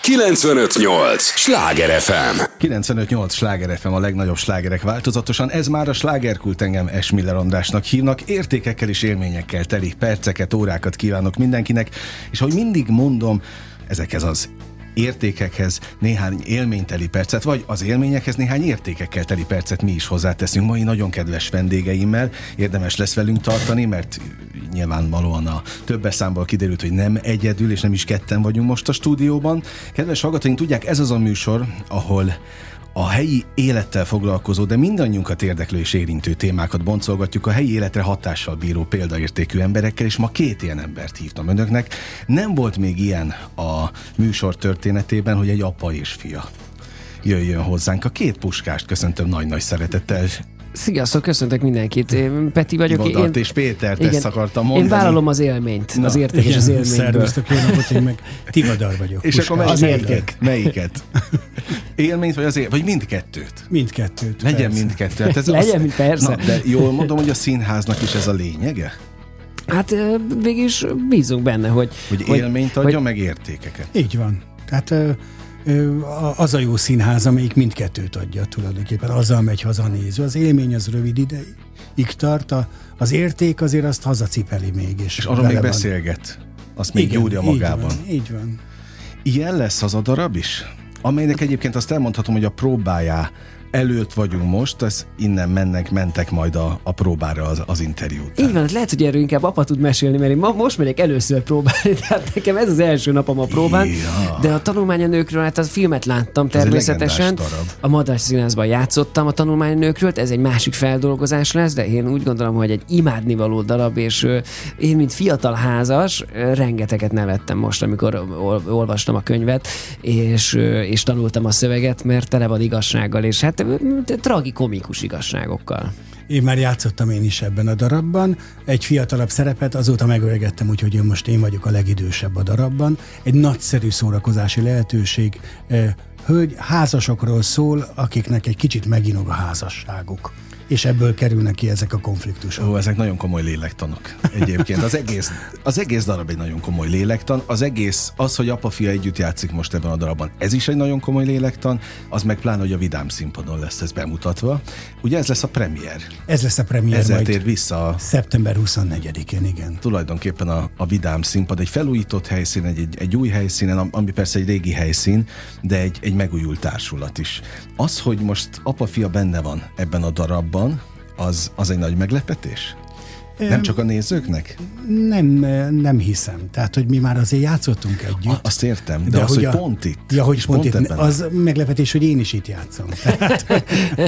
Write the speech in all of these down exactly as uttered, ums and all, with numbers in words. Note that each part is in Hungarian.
kilencvenöt nyolc Sláger ef em. kilencvenöt nyolc Sláger ef em, a legnagyobb slágerek változatosan. Ez már a slágerkult, engem S. Miller Andrásnak hívnak. Értékekkel és élményekkel teli perceket, órákat kívánok mindenkinek. És ahogy mindig mondom, ezekhez az értékekhez néhány élményteli percet, vagy az élményekhez néhány értékekkel teli percet mi is hozzáteszünk. Mai nagyon kedves vendégeimmel érdemes lesz velünk tartani, mert nyilvánvalóan a többes számból kiderült, hogy nem egyedül, és nem is ketten vagyunk most a stúdióban. Kedves hallgatóink, tudják, ez az a műsor, ahol a helyi élettel foglalkozó, de mindannyiunkat érdeklő és érintő témákat boncolgatjuk a helyi életre hatással bíró példaértékű emberekkel, és ma két ilyen embert hívtam önöknek. Nem volt még ilyen a műsor történetében, hogy egy apa és fia jöjjön hozzánk. A két Puskást köszöntöm nagy-nagy szeretettel. Sziasztok, köszöntök mindenkit. Én Peti vagyok. Ivadart én, és Pétert, igen, ezt akartam mondani. Én vállalom az élményt, Na, az érték és az élményből. Szervusztok, jó napot, én meg Tivadar vagyok. És Puskás. akkor az melyiket? érték. Melyiket? Élményt vagy az él, vagy mindkettőt? Mindkettőt. Legyen persze. mindkettő. Hát ez Legyen, az, persze. Na, de jól mondom, hogy a színháznak is ez a lényege? Hát végül is bízunk benne, hogy... Hogy, hogy élményt adja, hogy, meg értékeket. Így van. Tehát ö, ö, az a jó színház, amelyik mindkettőt adja tulajdonképpen. Azzal megy haza a néző. Az élmény az rövid ideig tart, a, az érték azért azt hazacipeli még. És, és arról még beszélget. Azt még gyúrja magában. Így van, így van. Ilyen lesz az a darab is? Amelynek egyébként azt elmondhatom, hogy a próbájá előtt vagyunk most, ez innen mennek, mentek majd a, a próbára az, az interjú után. Így van, hát lehet, hogy erről inkább apa tud mesélni, mert én ma, most megyek először próbálni, tehát nekem ez az első napom a próbán, ja. De a tanulmányanőkről, hát a filmet láttam természetesen, a Madách Színházban játszottam a tanulmányanőkről, ez egy másik feldolgozás lesz, de én úgy gondolom, hogy egy imádnivaló darab, és ö, én, mint fiatal házas, ö, rengeteget nevettem most, amikor ol, olvastam a könyvet, és, ö, és tanultam a szöveget, mert tele van igazsággal, és hát tragikomikus igazságokkal. Én már játszottam én is ebben a darabban, egy fiatalabb szerepet, azóta megöregettem, úgyhogy én most én vagyok a legidősebb a darabban. Egy nagyszerű szórakozási lehetőség, hölgy házasokról szól, akiknek egy kicsit meginog a házasságuk. És ebből kerülnek ki ezek a konfliktusok. Ó, ezek nagyon komoly lélektanok egyébként. Az egész, az egész darab egy nagyon komoly lélektan. Az egész, az, hogy apa-fia együtt játszik most ebben a darabban, ez is egy nagyon komoly lélektan, az meg pláne, hogy a Vidám Színpadon lesz ez bemutatva. Ugye ez lesz a premier. Ez lesz a premier. Ezzel majd tér vissza. szeptember huszonnegyedikén, igen. Tulajdonképpen a, a Vidám Színpad egy felújított helyszín, egy, egy, egy új helyszínen, ami persze egy régi helyszín, de egy, egy megújult társulat is. Az, hogy most apa-fia benne van ebben a darabban, Az, az egy nagy meglepetés? Nem csak a nézőknek? Nem, nem hiszem. Tehát, hogy mi már azért játszottunk együtt. A, azt értem, de, de az, hogy a, pont itt. Ja, hogy pont, pont itt. Ebben. Az meglepetés, hogy én is itt játszom. Tehát,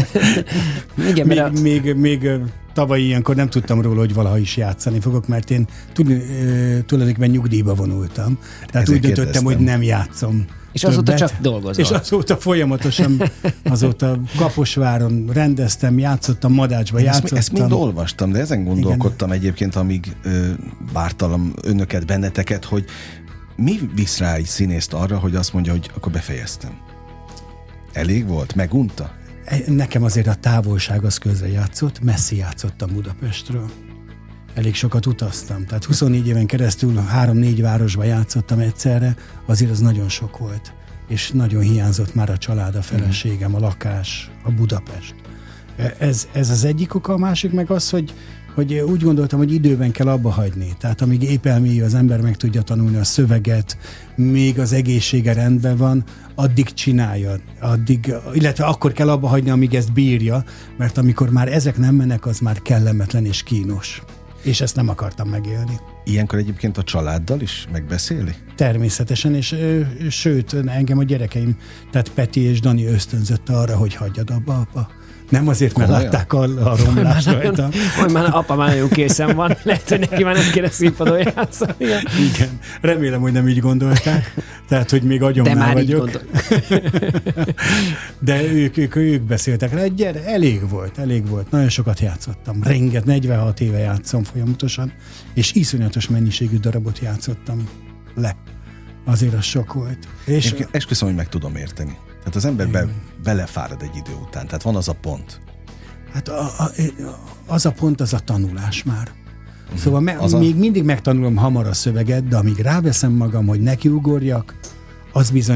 Igen, még, a... még, még tavaly ilyenkor nem tudtam róla, hogy valaha is játszani fogok, mert én tudni, tulajdonképpen nyugdíjba vonultam. Tehát ezért úgy döntöttem, kérdeztem. hogy nem játszom. És azóta csak dolgozol. És azóta folyamatosan, azóta Kaposváron rendeztem, játszottam, Madácsba ezt, játszottam. Ezt mind olvastam, de ezen gondolkodtam igen. egyébként, amíg ö, vártalom önöket, benneteket, hogy mi visz rá egy színészt arra, hogy azt mondja, hogy akkor befejeztem. Elég volt? Megunta? Nekem azért a távolság az közre játszott, messzi játszottam Budapestről. Elég sokat utaztam, tehát huszonnégy éven keresztül három-négy városba játszottam egyszerre, azért az nagyon sok volt. És nagyon hiányzott már a család, a feleségem, a lakás, a Budapest. Ez, ez az egyik oka, a másik meg az, hogy, hogy úgy gondoltam, hogy időben kell abba hagyni. Tehát amíg épp elmélyű az ember meg tudja tanulni a szöveget, még az egészsége rendben van, addig csinálja, addig, illetve akkor kell abba hagyni, amíg ezt bírja, mert amikor már ezek nem mennek, az már kellemetlen és kínos. És ezt nem akartam megélni. Ilyenkor egyébként a családdal is megbeszéli? Természetesen, és ö, sőt, engem a gyerekeim, tehát Peti és Dani ösztönzött arra, hogy hagyjad abba, apa. Nem azért, mert Komolyan? látták a, a romlást rajtam. Hogy már apa már nagyon készen van, lehet, hogy neki már nem kéne színpadon játszani. Igen, remélem, hogy nem így gondolták, tehát, hogy még agyomnál De már vagyok. így gondol. De ők, ők, ők beszéltek rá, gyere, elég volt, elég volt, nagyon sokat játszottam, renget, negyvenhat éve játszom folyamatosan, és iszonyatos mennyiségű darabot játszottam le. Azért az sok volt. És Én esküszöm, hogy meg tudom érteni. Tehát az ember be, belefárad egy idő után, tehát van az a pont. hát a, a, az a pont, az a tanulás már. Uh-huh. Szóval me, a... még mindig megtanulom hamar a szöveget, de amíg ráveszem magam, hogy nekiugorjak, az bizony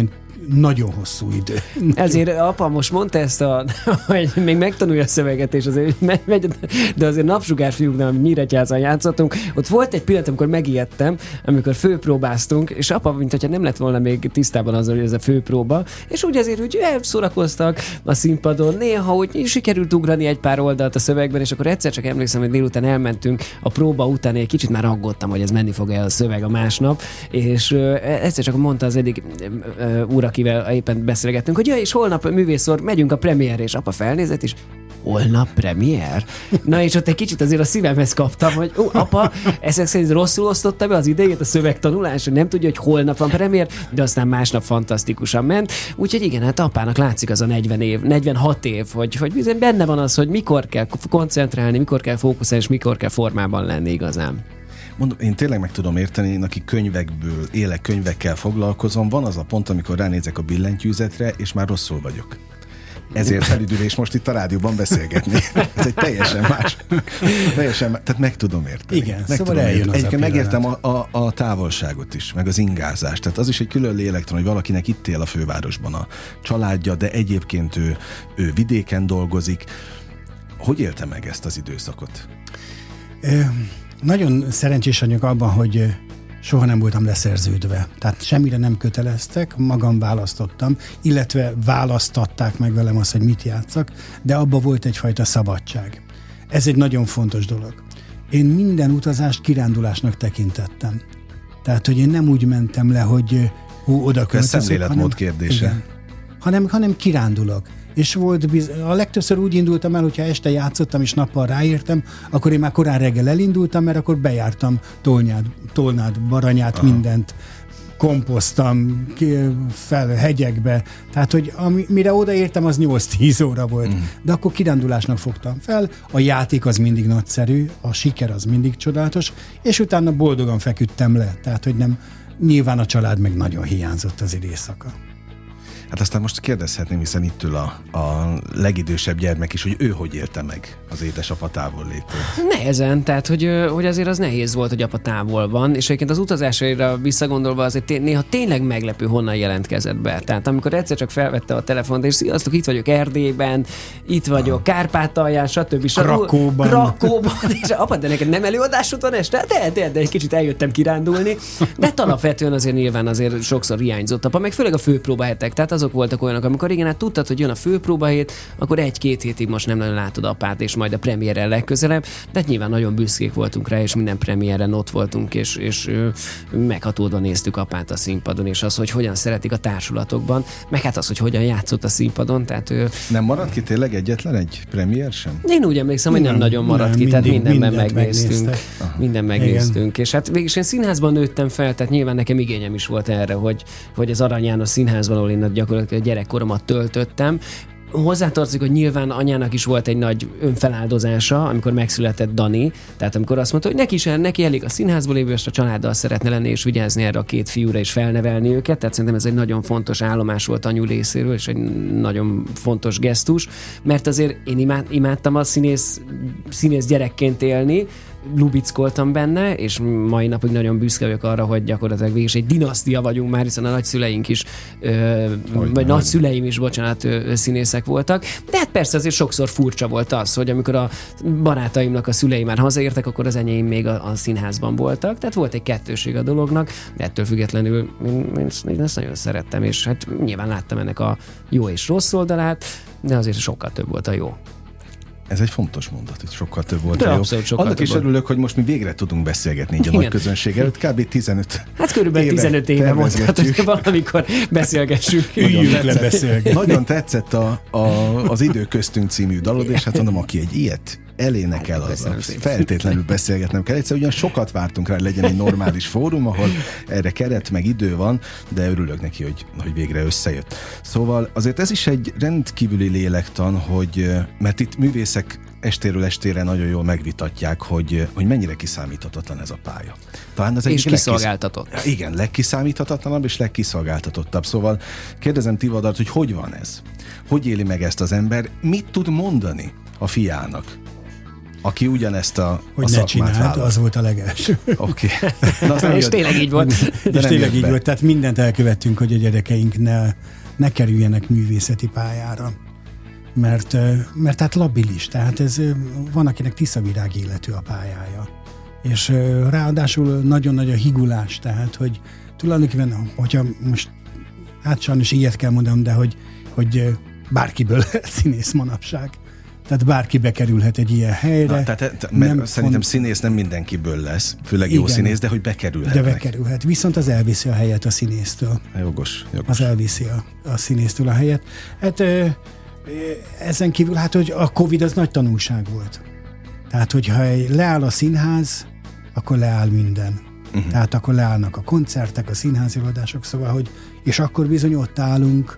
nagyon hosszú idő. Ezért apa most mondta ezt, a, hogy még megtanulja a szöveget, és azért megy, de azért napsugár fiúknál, amit Nyíregyházan játszottunk, ott volt egy pillanat, amikor megijedtem, amikor főpróbáztunk, és apa, mint hogyha nem lett volna még tisztában azzal, hogy ez a főpróba, és úgy azért úgy elszórakoztak a színpadon, néha úgy sikerült ugrani egy pár oldalt a szövegben, és akkor egyszer csak emlékszem, hogy délután elmentünk a próba után, egy kicsit már aggódtam, hogy ez menni fog-e a szöveg a másnap, és egyszer csak mondta az eddig úr, akivel éppen beszélgettünk, hogy ja, és holnap művészor megyünk a premierre, és apa felnézett, és holnap premier? Na és ott egy kicsit azért a szívemhez kaptam, hogy ó, apa, ezek szerint rosszul osztotta be az idejét a szövegtanulás, hogy nem tudja, hogy holnap van premier, de aztán másnap fantasztikusan ment. Úgyhogy igen, hát apának látszik az a negyven év, negyvenhat év, hogy, hogy bizony benne van az, hogy mikor kell koncentrálni, mikor kell fókuszálni, és mikor kell formában lenni igazán. Mondom, én tényleg meg tudom érteni, én aki könyvekből élek, könyvekkel foglalkozom, van az a pont, amikor ránézek a billentyűzetre, és már rosszul vagyok. Ezért felüdülés most itt a rádióban beszélgetni. Ez egy teljesen más. Teljesen más. Tehát meg tudom érteni. Igen, meg szóval tudom eljön az Egyébként a megértem a, a, a távolságot is, meg az ingázást. Tehát az is egy külön lélektan, hogy valakinek itt él a fővárosban a családja, de egyébként ő, ő vidéken dolgozik. Hogy élte meg ezt az időszakot? Ö, nagyon szerencsés vagyok abban, hogy soha nem voltam leszerződve. Tehát semmire nem köteleztek, magam választottam, illetve választatták meg velem azt, hogy mit játszak, de abban volt egyfajta szabadság. Ez egy nagyon fontos dolog. Én minden utazást kirándulásnak tekintettem. Tehát, hogy én nem úgy mentem le, hogy hú, oda költözök. Ez szemléletmód kérdése. Igen, hanem, hanem kirándulok. És volt biz... a legtöbbször úgy indultam el, hogyha este játszottam és nappal ráértem, akkor én már korán reggel elindultam, mert akkor bejártam Tolnád, Tolnád Baranyát, aha, mindent, komposztam fel hegyekbe, tehát hogy ami, mire odaértem, az nyolc-tíz óra volt, mm. de akkor kirándulásnak fogtam fel, a játék az mindig nagyszerű, a siker az mindig csodálatos, és utána boldogan feküdtem le, tehát hogy nem, nyilván a család meg nagyon hiányzott az éjszaka. Hát aztán most kérdezhetném, hiszen itt ül a, a legidősebb gyermek is, hogy ő hogy élte meg az édesapa távollétét. Nehezen, tehát hogy, hogy azért az nehéz volt, hogy apa távol van, és egyébként az utazásaira visszagondolva azért té- néha tényleg meglepő, honnan jelentkezett be. Tehát amikor egyszer csak felvette a telefont, és sziasztok, itt vagyok Erdélyben, itt vagyok Kárpátalján, stb. Krakóban. Krakóban, és apa, de neked nem előadásod van este? De, de, de egy kicsit eljöttem kirándulni. De alapvetően azért nyilván azért sokszor hiányzott apa, meg főleg a főpróbahetek. Tehát azok voltak olyanok, amikor igen, hát tudtad, hogy jön a főpróbahét, akkor egy-két hétig most nem nagyon látod apát, és majd a premiérrel legközelebb, de hát nyilván nagyon büszkék voltunk rá, és minden premiéren ott voltunk, és, és meghatódva néztük apát a színpadon, és az, hogy hogyan szeretik a társulatokban, meg hát az, hogy hogyan játszott a színpadon. Tehát, ő... Nem maradt ki tényleg egyetlen egy premiér sem? Én úgy emlékszem, hogy nem, nem nagyon maradt nem, ki, mindig, tehát mindenben megnéztünk. Minden megnéztünk. Igen. És hát végülis én színházban nőttem fel, tehát nyilván nekem igényem is volt erre, hogy, hogy az Arany János Színházban, ahol én gyakorlatilag a gyerekkoromat töltöttem. Hozzátartozik, hogy nyilván anyának is volt egy nagy önfeláldozása, amikor megszületett Dani, tehát amikor azt mondta, hogy neki is neki elég a színházból lévő, és a családdal szeretne lenni, és vigyázni erre a két fiúra, és felnevelni őket, tehát szerintem ez egy nagyon fontos állomás volt anyu részéről, és egy nagyon fontos gesztus, mert azért én imád, imádtam a színész, színész gyerekként élni, lubickoltam benne, és mai napig nagyon büszke vagyok arra, hogy gyakorlatilag végig egy dinasztia vagyunk már, hiszen a nagyszüleink is, ö, vagy nagyszüleim is, bocsánat, ö, színészek voltak. De hát persze azért sokszor furcsa volt az, hogy amikor a barátaimnak a szülei már hazaértek, akkor az enyém még a, a színházban voltak. Tehát volt egy kettőség a dolognak, de ettől függetlenül én, én ezt nagyon szerettem, és hát nyilván láttam ennek a jó és rossz oldalát, de azért sokkal több volt a jó. Ez egy fontos mondat, hogy sokkal több volt. De abszolút sokkal Annak több is örülök, hogy most mi végre tudunk beszélgetni így a nagy közönség előtt. kb. tizenöt Hát körülbelül éve tizenöt éve mondtad, hogy valamikor beszélgessünk. Üljünk le beszélgetni. Nagyon tetszett a, a, az Idő köztünk című dalod, és hát mondom, aki egy ilyet elénekel, az feltétlenül beszélgetnem kell. Egyszer ugyan sokat vártunk rá, hogy legyen egy normális fórum, ahol erre keret, meg idő van, de örülök neki, hogy, hogy végre összejött. Szóval azért ez is egy rendkívüli lélektan, hogy, mert itt művészek estéről estére nagyon jól megvitatják, hogy, hogy mennyire kiszámíthatatlan ez a pálya. Talán az és kiszolgáltatott. Legkis... Igen, legkiszámíthatatlanabb és legkiszolgáltatottabb. Szóval kérdezem Tivadart, hogy hogy van ez? Hogy éli meg ezt az ember? Mit tud mondani a fiának? aki ugyanezt a, hogy a ne szakmát csináld, vállal. Az volt a legelső. Oké. Okay. És tényleg így volt. De és tényleg így be. volt, tehát mindent elkövettünk, hogy a gyerekeink ne, ne kerüljenek művészeti pályára. Mert, mert hát labilis, tehát ez van, akinek tiszavirág életű a pályája. És ráadásul nagyon nagy a higulás, tehát, hogy tulajdonképpen, hogyha most, hát sajnos ilyet kell mondanom, de hogy, hogy bárkiből lehet színész manapság. Tehát bárki bekerülhet egy ilyen helyre. Na, tehát, te, mert nem szerintem font... színész nem mindenkiből lesz, főleg igen, jó színész, de hogy bekerülhet. De bekerülhet. Viszont az elviszi a helyet a színésztől. Jogos, jogos. Az elviszi a, a színésztől a helyet. Hát ezen kívül, hát, hogy a Covid az nagy tanulság volt. Tehát, hogyha leáll a színház, akkor leáll minden. Uh-huh. Tehát akkor leállnak a koncertek, a színházi előadások, szóval, hogy és akkor bizony ott állunk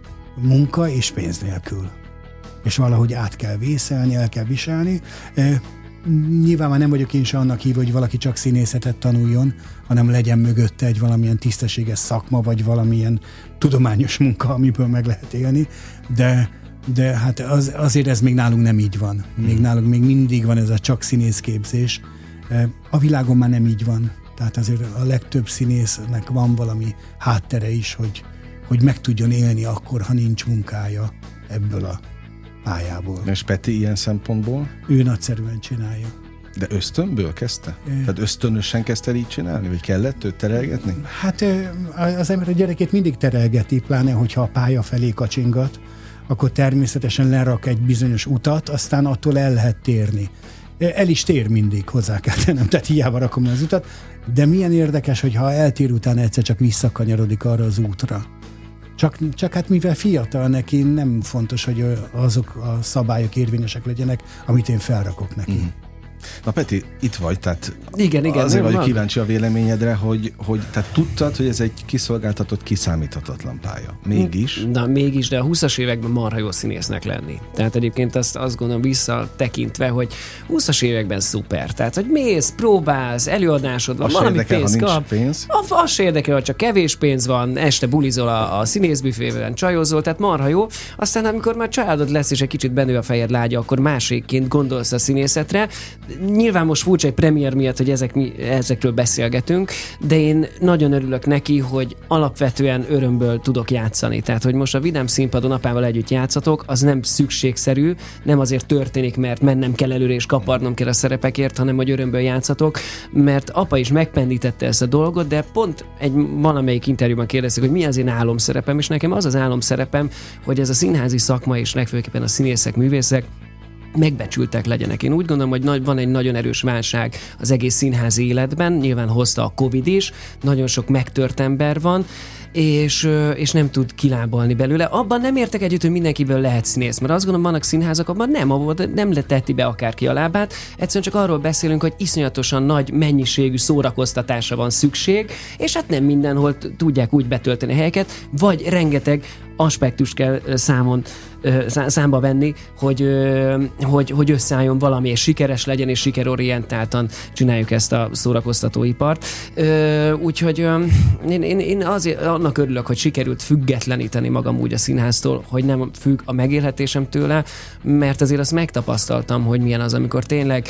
munka és pénz nélkül. És valahogy át kell vészelni, el kell viselni. E, nyilván már nem vagyok én se annak hívva, hogy valaki csak színészetet tanuljon, hanem legyen mögötte egy valamilyen tisztességes szakma, vagy valamilyen tudományos munka, amiből meg lehet élni, de, de hát az, azért ez még nálunk nem így van. Még nálunk még mindig van ez a csak színészképzés. E, a világon már nem így van. Tehát azért a legtöbb színésznek van valami háttere is, hogy, hogy meg tudjon élni akkor, ha nincs munkája ebből a pályából. És Peti ilyen szempontból? Ő nagyszerűen csinálja. De ösztönből kezdte? É. Tehát ösztönösen kezdte így csinálni? Vagy kellett őt terelgetni? Hát az ember a gyerekét mindig terelgeti, pláne hogyha a pálya felé kacsingat, akkor természetesen lerak egy bizonyos utat, aztán attól el lehet térni. El is tér mindig, hozzá kell tennem, tehát hiába rakom az utat, de milyen érdekes, hogyha eltér utána egyszer csak visszakanyarodik arra az útra. Csak, csak hát mivel fiatal neki, nem fontos, hogy azok a szabályok érvényesek legyenek, amit én felrakok neki. Mm. Na Peti, itt vagy, tehát igen, igen, azért vagyok van. kíváncsi a véleményedre, hogy, hogy tehát tudtad, hogy ez egy kiszolgáltatott, kiszámíthatatlan pálya. Mégis. Na mégis, de a húszas években marha jó színésznek lenni. Tehát egyébként azt, azt gondolom visszatekintve, hogy húszas években szuper. Tehát, hogy mész, próbálsz, előadásod van, az valami érdekel, pénz kap. Pénz. Az se érdekel, hogy csak kevés pénz van, este bulizol a, a színészbüfében, csajozol, tehát marha jó. Aztán amikor már családod lesz, és egy kicsit benő a fejed lágya, akkor másikként gondolsz a színészetre. Nyilván most furcsa egy premier miatt, hogy ezek mi, ezekről beszélgetünk, de én nagyon örülök neki, hogy alapvetően örömből tudok játszani. Tehát, hogy most a Vidám Színpadon apával együtt játszatok, az nem szükségszerű, nem azért történik, mert mennem kell előre és kaparnom kell a szerepekért, hanem hogy örömből játszatok, mert apa is megpendítette ezt a dolgot, de pont egy valamelyik interjúban kérdezték, hogy mi az én álomszerepem, és nekem az az álomszerepem, hogy ez a színházi szakma és legfőképpen a színészek, művészek megbecsültek legyenek. Én úgy gondolom, hogy nagy, van egy nagyon erős válság az egész színházi életben, nyilván hozta a Covid is, nagyon sok megtört ember van, és, és nem tud kilábalni belőle. Abban nem értek együtt, hogy mindenkiből lehet színész, mert azt gondolom, vannak színházak, abban nem, abban nem leteti be akárki a lábát, egyszerűen csak arról beszélünk, hogy iszonyatosan nagy mennyiségű szórakoztatásra van szükség, és hát nem mindenhol tudják úgy betölteni a helyeket, vagy rengeteg aspektust kell számon, számba venni, hogy, hogy, hogy összeálljon valami, és sikeres legyen, és sikerorientáltan csináljuk ezt a szórakoztatóipart. Úgyhogy én, én, én azért annak örülök, hogy sikerült függetleníteni magam úgy a színháztól, hogy nem függ a megélhetésem tőle, mert azért azt megtapasztaltam, hogy milyen az, amikor tényleg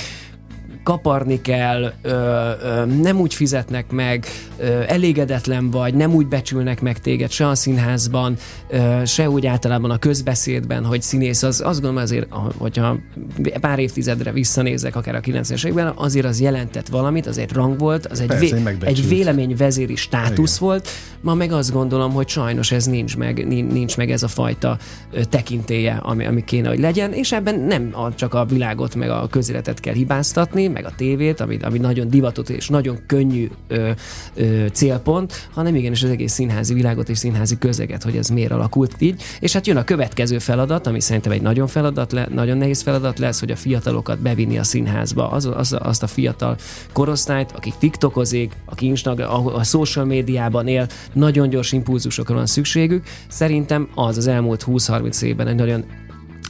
kaparni kell, ö, ö, nem úgy fizetnek meg, ö, elégedetlen vagy, nem úgy becsülnek meg téged se a színházban, ö, se úgy általában a közbeszédben, hogy színész, az, azt gondolom azért, hogyha pár évtizedre visszanézek, akár a kilencvenes években, azért az jelentett valamit, az egy rang volt, az egy, Persze, vé- egy véleményvezéri státusz igen. volt, ma meg azt gondolom, hogy sajnos ez nincs meg, nincs meg ez a fajta tekintélye, ami, ami kéne, hogy legyen, és ebben nem csak a világot, meg a közéletet kell hibáztatni, meg a tévét, ami, ami nagyon divatot és nagyon könnyű ö, ö, célpont, hanem igenis az egész színházi világot és színházi közeget, hogy ez miért alakult így. És hát jön a következő feladat, ami szerintem egy nagyon feladat le, nagyon nehéz feladat lesz, hogy a fiatalokat bevinni a színházba. Az, az, azt a fiatal korosztályt, akik tiktokozik, aki Instagram, a, a social médiában él, nagyon gyors impulzusokra van szükségük. Szerintem az az elmúlt húsz-harminc évben egy nagyon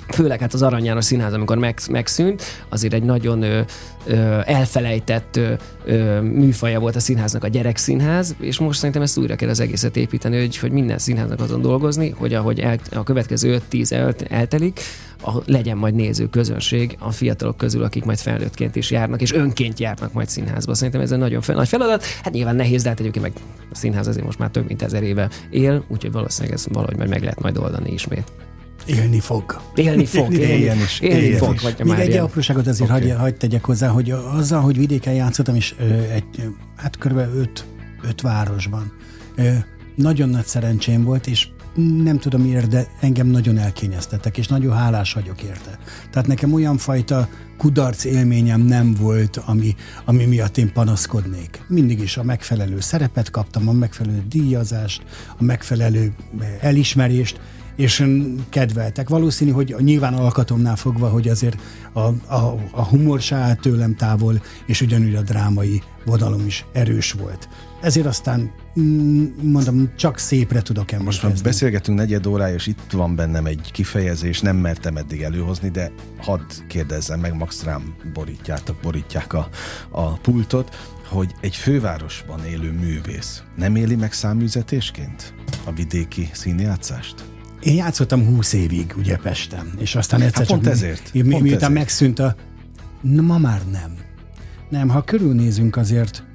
főleg hát az Arany János Színház, amikor meg, megszűnt, azért egy nagyon ö, ö, elfelejtett ö, ö, műfaja volt a színháznak a gyerekszínház, és most szerintem ezt újra kell az egészet építeni, hogy, hogy minden színháznak azon dolgozni, hogy ahogy el, a következő öt-tíz el, eltelik, a, legyen majd néző közönség a fiatalok közül, akik majd felnőttként is járnak, és önként járnak majd színházba. Szerintem ez egy nagyon fel, nagy feladat. Hát nyilván nehéz, de hát egyébként meg a színház azért most már több mint ezer éve él, úgyhogy valószínűleg ez valahogy majd meg lehet majd oldani ismét. Élni fog. Élni fog. Élni, élni, is, élni, élni fog. fog. Még egy apróságot azért okay. hagy, hagy tegyek hozzá, hogy azzal, hogy vidéken játszottam, és ö, egy, hát körülbelül öt, öt városban. Ö, nagyon nagy szerencsém volt, és nem tudom miért, de engem nagyon elkényeztettek, és nagyon hálás vagyok érte. Tehát nekem olyan fajta kudarc élményem nem volt, ami, ami miatt én panaszkodnék. Mindig is a megfelelő szerepet kaptam, a megfelelő díjazást, a megfelelő elismerést, és kedveltek. Valószínű, hogy nyilván alkatomnál fogva, hogy azért a, a, a humor se állt tőlem távol, és ugyanúgy a drámai vonalom is erős volt. Ezért aztán mondom, csak szépre tudok emlékezni. Most már beszélgetünk negyed órája, és itt van bennem egy kifejezés, nem mertem eddig előhozni, de hadd kérdezzem meg, max rám borítjátok, borítják a, a pultot, hogy egy fővárosban élő művész nem éli meg száműzetésként a vidéki színjátszást? Én játszottam húsz évig, ugye Pesten, és aztán egyszer hát csak... Pont ezért. Mi, pont miután ezért. megszűnt a... Na, ma már nem. Nem, ha körülnézünk azért,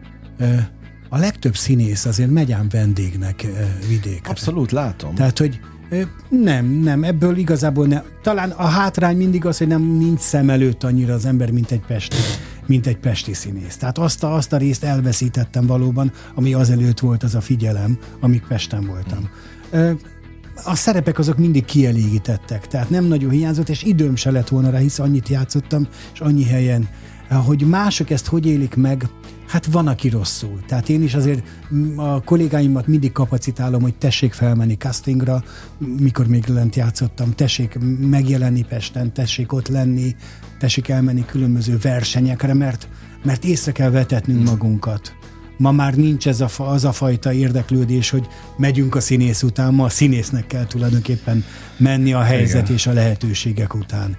a legtöbb színész azért megy ám vendégnek vidékre. Abszolút látom. Tehát, hogy nem, nem, ebből igazából nem. Talán a hátrány mindig az, hogy nem nincs szem előtt annyira az ember, mint egy pesti, mint egy pesti színész. Tehát azt a, azt a részt elveszítettem valóban, ami azelőtt volt az a figyelem, amíg Pesten voltam. Hmm. A szerepek azok mindig kielégítettek, tehát nem nagyon hiányzott, és időm se lett volna rá, hisz annyit játszottam, és annyi helyen, hogy mások ezt hogy élik meg, hát van, aki rosszul. Tehát én is azért a kollégáimat mindig kapacitálom, hogy tessék felmenni castingra, mikor még lent játszottam, tessék megjelenni Pesten, tessék ott lenni, tessék elmenni különböző versenyekre, mert, mert észre kell vetetnünk magunkat. Ma már nincs ez a, az a fajta érdeklődés, hogy megyünk a színész után, ma a színésznek kell tulajdonképpen menni a helyzet Igen. és a lehetőségek után.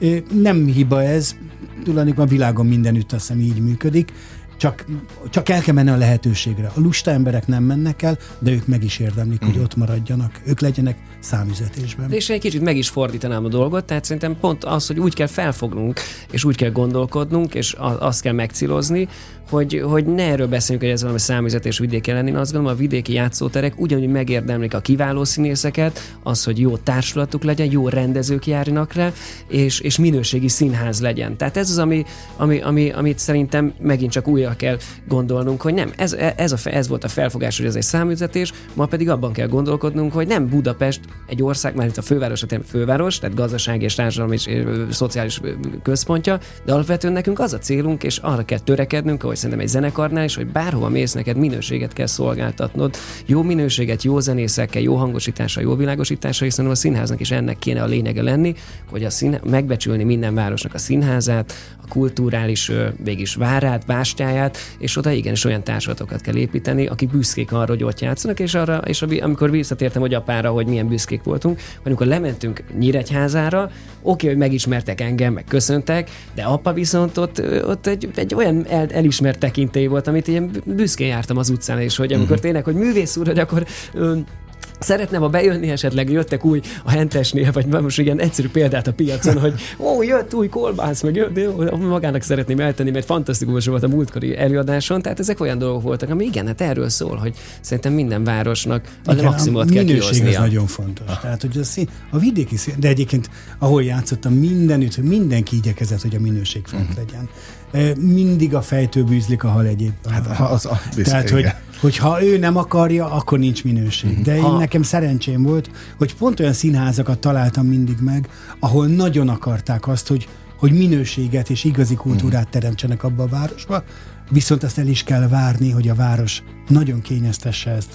Nem hiba ez, tulajdonképpen a világon mindenütt azt hiszem így működik, csak, csak el kell menni a lehetőségre. A lusta emberek nem mennek el, de ők meg is érdemlik, mm. hogy ott maradjanak, ők legyenek számüzetésben. És egy kicsit meg is fordítanám a dolgot, tehát szerintem pont az, hogy úgy kell felfognunk, és úgy kell gondolkodnunk, és azt kell megcélozni, hogy, hogy ne erről beszéljünk, hogy ez valami számüzetés vidéken lenni. Én azt gondolom, a vidéki játszóterek ugyanúgy megérdemlik a kiváló színészeket, az, hogy jó társulatuk legyen, jó rendezők járjanak rá, és, és minőségi színház legyen. Tehát ez az, ami, ami, ami, amit szerintem megint csak újra kell gondolnunk, hogy nem, ez, ez, a, ez volt a felfogás, hogy ez egy számüzetés, ma pedig abban kell gondolkodnunk, hogy nem Budapest egy ország, már itt a főváros, a főváros, tehát gazdasági és társadalmi és ö, szociális központja, de alapvetően nekünk az a célunk, és arra kell törekednünk, ahogy szerintem egy zenekarnál is, hogy bárhova mész, neked minőséget kell szolgáltatnod, jó minőséget, jó zenészekkel, jó hangosítással, jó világosítással, hiszen a színháznak is ennek kéne a lényege lenni, hogy a szín, megbecsülni minden városnak a színházát, a kulturális végig várát, bástyáját, és oda igenis olyan társadalatokat kell építeni, akik büszkék arra, hogy ott játszanak, és arra, és amikor visszatértem hogy apára, hogy milyen büszkék voltunk, hogy amikor lementünk Nyíregyházára, oké, hogy megismertek engem, meg köszöntek, de apa viszont ott, ott egy, egy olyan el, elismert tekintély volt, amit ilyen büszkén jártam az utcán, és hogy amikor tényleg, hogy művész úr, hogy akkor ö, szeretném, ha bejönni, esetleg jöttek új a Hentesnél, vagy most igen egyszerű példát a piacon, hogy ó, jött új kolbász, meg jött, de magának szeretném eltenni, mert fantasztikus volt a múltkori előadáson, tehát ezek olyan dolgok voltak, ami igen, hát erről szól, hogy szerintem minden városnak a igen, maximumot kell kihoznia. A minőség nagyon fontos. Ah. Tehát, hogy a, szín, a vidéki szín, de egyébként, ahol játszottam, mindenütt, mindenki igyekezett, hogy a minőség fent mm. legyen. Mindig a fejtől bűzlik a hal egyéb. Hát az a biztos, Tehát, hogy, hogy ha ő nem akarja, akkor nincs minőség. Mm-hmm. De én ha... nekem szerencsém volt, hogy pont olyan színházakat találtam mindig meg, ahol nagyon akarták azt, hogy, hogy minőséget és igazi kultúrát teremtsenek abba a városba, viszont azt el is kell várni, hogy a város nagyon kényeztesse ezt a,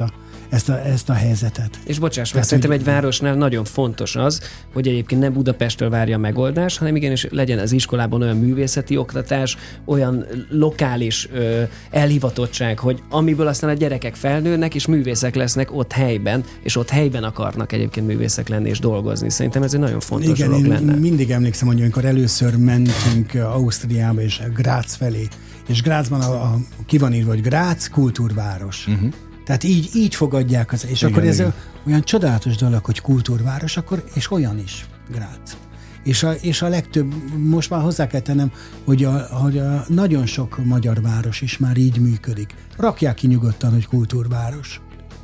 ezt a, ezt a helyzetet. És bocsáss meg, szerintem egy városnál nagyon fontos az, hogy egyébként nem Budapesttől várja a megoldás, hanem igenis legyen az iskolában olyan művészeti oktatás, olyan lokális ö, elhivatottság, hogy amiből aztán a gyerekek felnőnek, és művészek lesznek ott helyben, és ott helyben akarnak egyébként művészek lenni és dolgozni. Szerintem ez egy nagyon fontos Igen, dolog én lenne. mindig emlékszem, hogy amikor először mentünk Ausztriába és Grác felé, és Grazban a, a, ki van írva, hogy Grác kultúrváros. Uh-huh. Tehát így, így fogadják az, és igen, akkor ez igen. olyan csodálatos dolog, hogy kultúrváros, akkor, és olyan is Grác. És a, és a legtöbb, most már hozzá kell tennem, hogy, a, hogy a nagyon sok magyar város is már így működik. Rakják ki nyugodtan, hogy kultúrváros.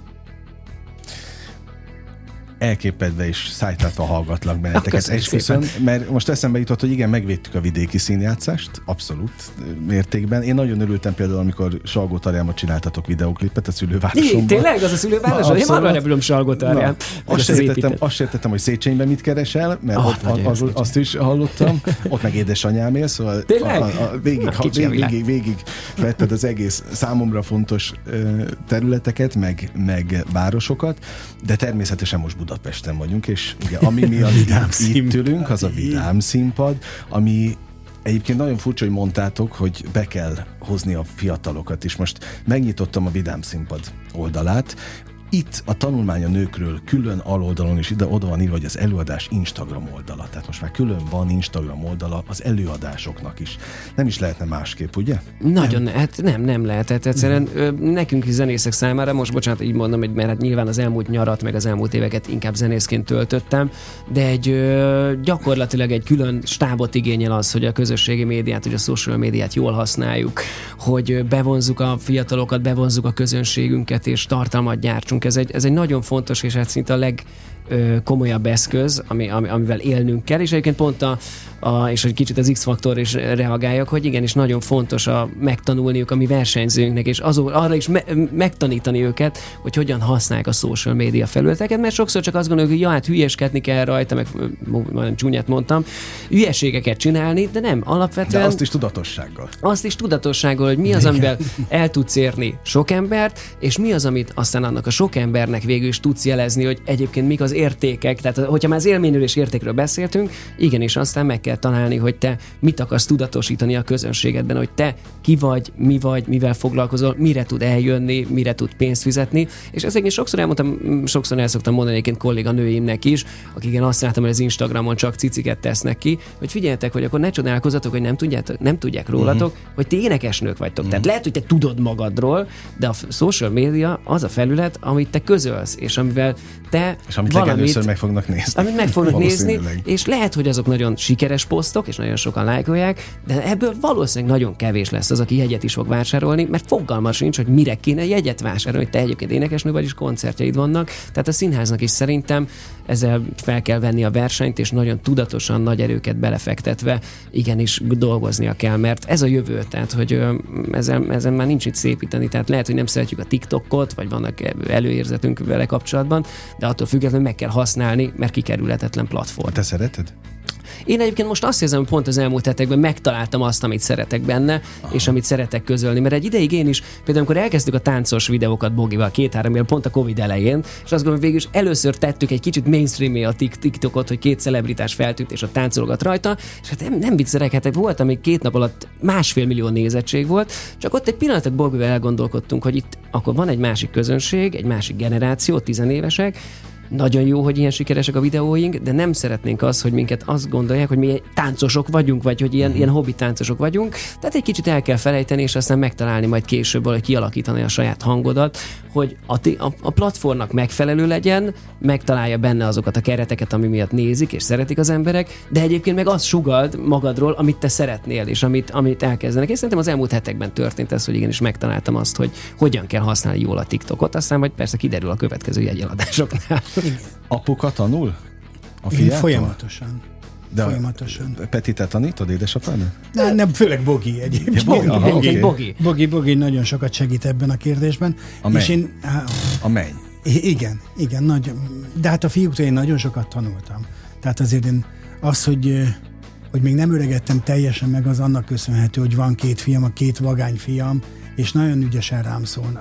Elképedve és szájtátva hallgatlak benneteket. Esküszöm, mert most eszembe jutott, hogy igen, megvédtük a vidéki színjátszást, abszolút mértékben. Én nagyon örültem például, amikor Salgótarjánban csináltatok videóklipet a szülővárosomban. Tényleg az a szülőváros? Én arra repülöm Salgótarján. Azt értettem, azt értettem, hogy Széchenyben mit keresel, mert ah, ott, az, az, azt is hallottam. Ott meg édesanyám él, szóval a, a, a, végig, ha, végig, végig, végig vetted az egész számomra fontos területeket, meg, meg városokat, de természetesen most Budapesten vagyunk, és ugye, ami miatt itt ülünk, az a Vidám Színpad, ami egyébként nagyon furcsa, hogy mondtátok, hogy be kell hozni a fiatalokat, és most megnyitottam a Vidám Színpad oldalát. Itt a tanulmány a nőkről külön aloldalon is ide oda van írva, hogy az előadás Instagram oldala. Tehát most már külön van Instagram oldala az előadásoknak is. Nem is lehetne másképp, ugye? Nagyon, nem. hát nem, nem lehet. Hát egyszerűen ö, nekünk is zenészek számára, most bocsánat, így mondom, hogy mert hát nyilván az elmúlt nyarat, meg az elmúlt éveket inkább zenészként töltöttem, de egy ö, gyakorlatilag egy külön stábot igényel az, hogy a közösségi médiát, hogy a social médiát jól használjuk, hogy bevonzuk a fiatalokat, bevonzuk a közönségünket, és tartalmat gyártsunk. Ez egy, ez egy nagyon fontos, és hát szinte a legkomolyabb eszköz, ami, ami, amivel élnünk kell, és egyébként pont a, a és egy kicsit az X-faktor is reagáljak, hogy igenis nagyon fontos a megtanulniuk a mi versenyzőnknek, és azon, arra is me, megtanítani őket, hogy hogyan használják a social media felületeket, mert sokszor csak azt gondoljuk, hogy ja, hát hülyeskedni kell rajta, meg majdnem csúnyát mondtam, hülyeségeket csinálni, de nem, alapvetően... De azt is tudatossággal. Azt is tudatossággal, hogy mi az, amivel el tudsz érni sok embert, és mi az, amit aztán annak a sok embernek végül is tudsz jelezni, hogy egyébként mik az értékek, tehát hogyha már az élményről és értékről beszéltünk, igenis aztán meg kell találni, hogy te mit akarsz tudatosítani a közönségedben, hogy te ki vagy, mi vagy, mivel foglalkozol, mire tud eljönni, mire tud pénzt fizetni, és ezeket sokszor elmondtam, sokszor el szoktam mondani egyébként kolléganőimnek is, akik én azt láttam, hogy az Instagramon csak ciciket tesznek ki, hogy figyeljetek, hogy akkor ne csodálkozzatok, hogy nem tudjátok, nem tudják rólatok, uh-huh. hogy ti énekesnők vagytok. Uh-huh. Tehát lehet, hogy te tudod magadról, de a social media az a felület, amit te közölsz, és amivel te és amit legelőször meg fognak nézni. Amit meg fognak nézni, és lehet, hogy azok nagyon sikeres posztok, és nagyon sokan lájkolják, de ebből valószínűleg nagyon kevés lesz az, aki jegyet is fog vásárolni, mert fogalma sincs, hogy mire kéne jegyet vásárolni. Te egyébként énekesnő vagy, is koncertjeid vannak, tehát a színháznak is szerintem ezzel fel kell venni a versenyt, és nagyon tudatosan, nagy erőket belefektetve igenis dolgoznia kell, mert ez a jövő, tehát hogy ezzel, ezzel már nincs itt szépíteni, tehát lehet, hogy nem szeretjük a TikTokot, vagy vannak előérzetünk vele kapcsolatban, de attól függetlenül meg kell használni, mert kikerülhetetlen platform. Te szereted? Én egyébként most azt érzem, hogy pont az elmúlt hetekben megtaláltam azt, amit szeretek benne, aha. és amit szeretek közölni, mert egy ideig én is, például amikor elkezdtük a táncos videókat Bogival két-három év, pont a Covid elején, és azt gondolom, hogy végül is először tettük egy kicsit mainstreamé a TikTokot, hogy két celebritás feltűnt, és a táncologat rajta, és hát nem, nem viccelek, hát volt, amíg két nap alatt másfél millió nézettség volt, csak ott egy pillanatot Bogival elgondolkodtunk, hogy itt akkor van egy másik közönség, egy másik generáció, tizenévesek, nagyon jó, hogy ilyen sikeresek a videóink, de nem szeretnénk azt, hogy minket azt gondolják, hogy mi táncosok vagyunk, vagy hogy ilyen, mm. ilyen hobbi táncosok vagyunk. Tehát egy kicsit el kell felejteni, és aztán megtalálni majd később, hogy kialakítani a saját hangodat, hogy a, a, a platformnak megfelelő legyen, megtalálja benne azokat a kereteket, ami miatt nézik és szeretik az emberek, de egyébként meg azt sugald magadról, amit te szeretnél, és amit, amit elkezdenek. És szerintem az elmúlt hetekben történt ez, hogy igenis megtaláltam azt, hogy hogyan kell használni jól a TikTokot, aztán majd persze kiderül a következő jegyeladásoknál. Apuka tanul? A fiától? Én folyamatosan. De folyamatosan. Peti, te tanítod édesapának? Nem, nem, főleg Bogi egyébként. Bogi, Bogi, okay. Bogi. Bogi, Bogi nagyon sokat segít ebben a kérdésben. A menny. És én, a menny. Igen, igen, nagy, de hát a fiúktól én nagyon sokat tanultam. Tehát azért én az, hogy, hogy még nem öregettem teljesen meg, az annak köszönhető, hogy van két fiam, a két vagány fiam, és nagyon ügyesen rám szólnak.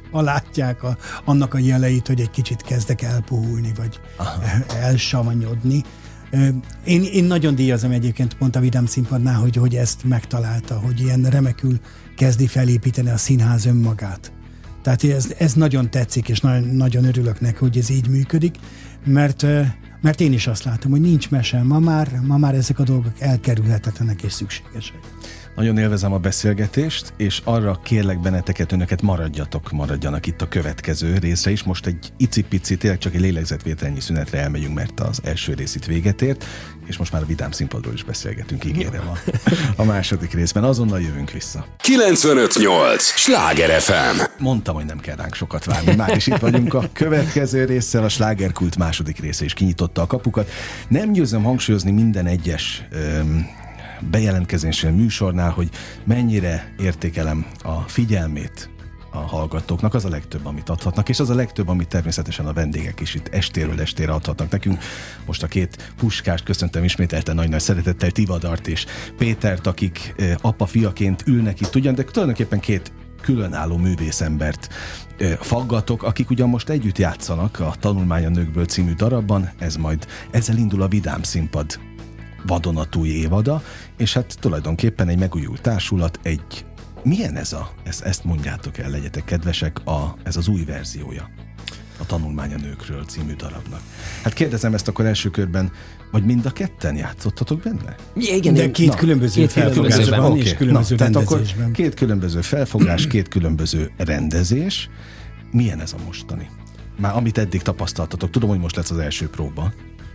látják a, annak a jeleit, hogy egy kicsit kezdek elpuhulni, vagy Aha. elsavanyodni. Én, én nagyon díjazom egyébként pont a Vidám Színpadnál, hogy, hogy ezt megtalálta, hogy ilyen remekül kezdi felépíteni a színház önmagát. Tehát ez, ez nagyon tetszik, és na, nagyon örülök neki, hogy ez így működik, mert, mert én is azt látom, hogy nincs mese. Ma már, ma már ezek a dolgok elkerülhetetlenek és szükségesek. Nagyon élvezem a beszélgetést, és arra kérlek benneteket, önöket maradjatok, maradjanak itt a következő részre is. Most egy icipici, tényleg csak egy lélegzetvételnyi szünetre elmegyünk, mert az első rész itt véget ért, és most már a Vidám Színpadról is beszélgetünk, ígérem a, a második részben. Azonnal jövünk vissza. kilencvenöt nyolc Sláger ef em. Mondtam, hogy nem kell ránk sokat várni, már is itt vagyunk a következő résszel, a Slágerkult második része is kinyitotta a kapukat. Nem győzöm hangsúlyozni minden egyes öm, bejelentkezésén műsornál, hogy mennyire értékelem a figyelmét a hallgatóknak, az a legtöbb, amit adhatnak, és az a legtöbb, amit természetesen a vendégek is itt estéről estére adhatnak nekünk. Most a két puskást köszöntem ismételten nagy-nagy szeretettel, Tivadart és Pétert, akik apa-fiaként ülnek itt ugyan, de tulajdonképpen két különálló művészembert faggatok, akik ugyan most együtt játszanak a Tanulmány a nőkből című darabban, ez majd ezzel indul a Vidám Színpad vadonatúj évada, és hát tulajdonképpen egy megújult társulat, egy... Milyen ez a... Ezt, ezt mondjátok el, legyetek kedvesek, a, ez az új verziója a Tanulmány a nőkről című darabnak. Hát kérdezem ezt akkor első körben, vagy mind a ketten játszottatok benne? Igen, de két na, különböző két felfogásban okay. és különböző na, rendezésben. Két különböző felfogás, két különböző rendezés. Milyen ez a mostani? Már amit eddig tapasztaltatok, tudom, hogy most lesz az első próba.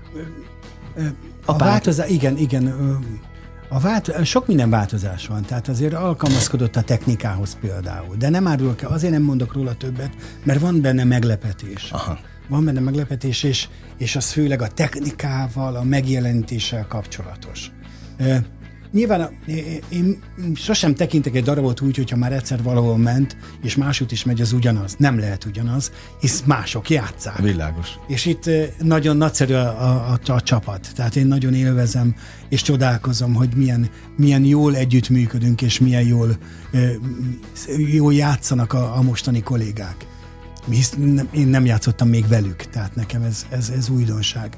A változás, igen, igen. A vált, sok minden változás van, tehát azért alkalmazkodott a technikához például, de nem árulok el, azért nem mondok róla többet, mert van benne meglepetés. Aha. Van benne meglepetés, és, és az főleg a technikával, a megjelenítéssel kapcsolatos. E, nyilván a, én sosem tekintek egy darabot úgy, hogyha már egyszer valahol ment, és másút is megy, az ugyanaz. Nem lehet ugyanaz, hisz mások játsszák. Világos. És itt nagyon nagyszerű a, a, a, a csapat. Tehát én nagyon élvezem, és csodálkozom, hogy milyen, milyen jól együttműködünk, és milyen jól, jól játszanak a, a mostani kollégák. Hisz én nem játszottam még velük, tehát nekem ez, ez, ez újdonság.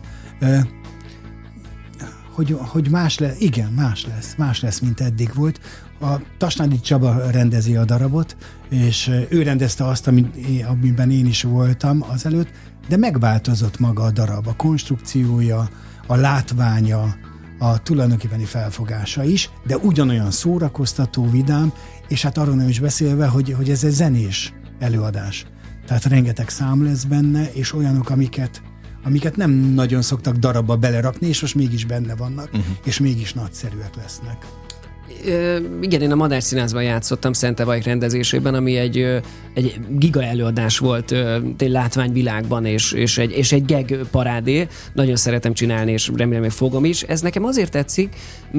Hogy, hogy más lesz, igen, más lesz, más lesz, mint eddig volt. A Tasnádi Csaba rendezi a darabot, és ő rendezte azt, amiben én is voltam azelőtt, de megváltozott maga a darab, a konstrukciója, a látványa, a tulajdonképpeni felfogása is, de ugyanolyan szórakoztató, vidám, és hát arról nem is beszélve, hogy, hogy ez egy zenés előadás. Tehát rengeteg szám lesz benne, és olyanok, amiket amiket nem nagyon szoktak darabba belerakni, és most mégis benne vannak, uh-huh. és mégis nagyszerűek lesznek. Ö, igen, én a Madár Színházban játszottam Szentevajk rendezésében, ami egy, egy giga előadás volt, egy látványvilágban, és, és, egy, és egy gag parádé. Nagyon szeretem csinálni, és remélem, hogy fogom is. Ez nekem azért tetszik,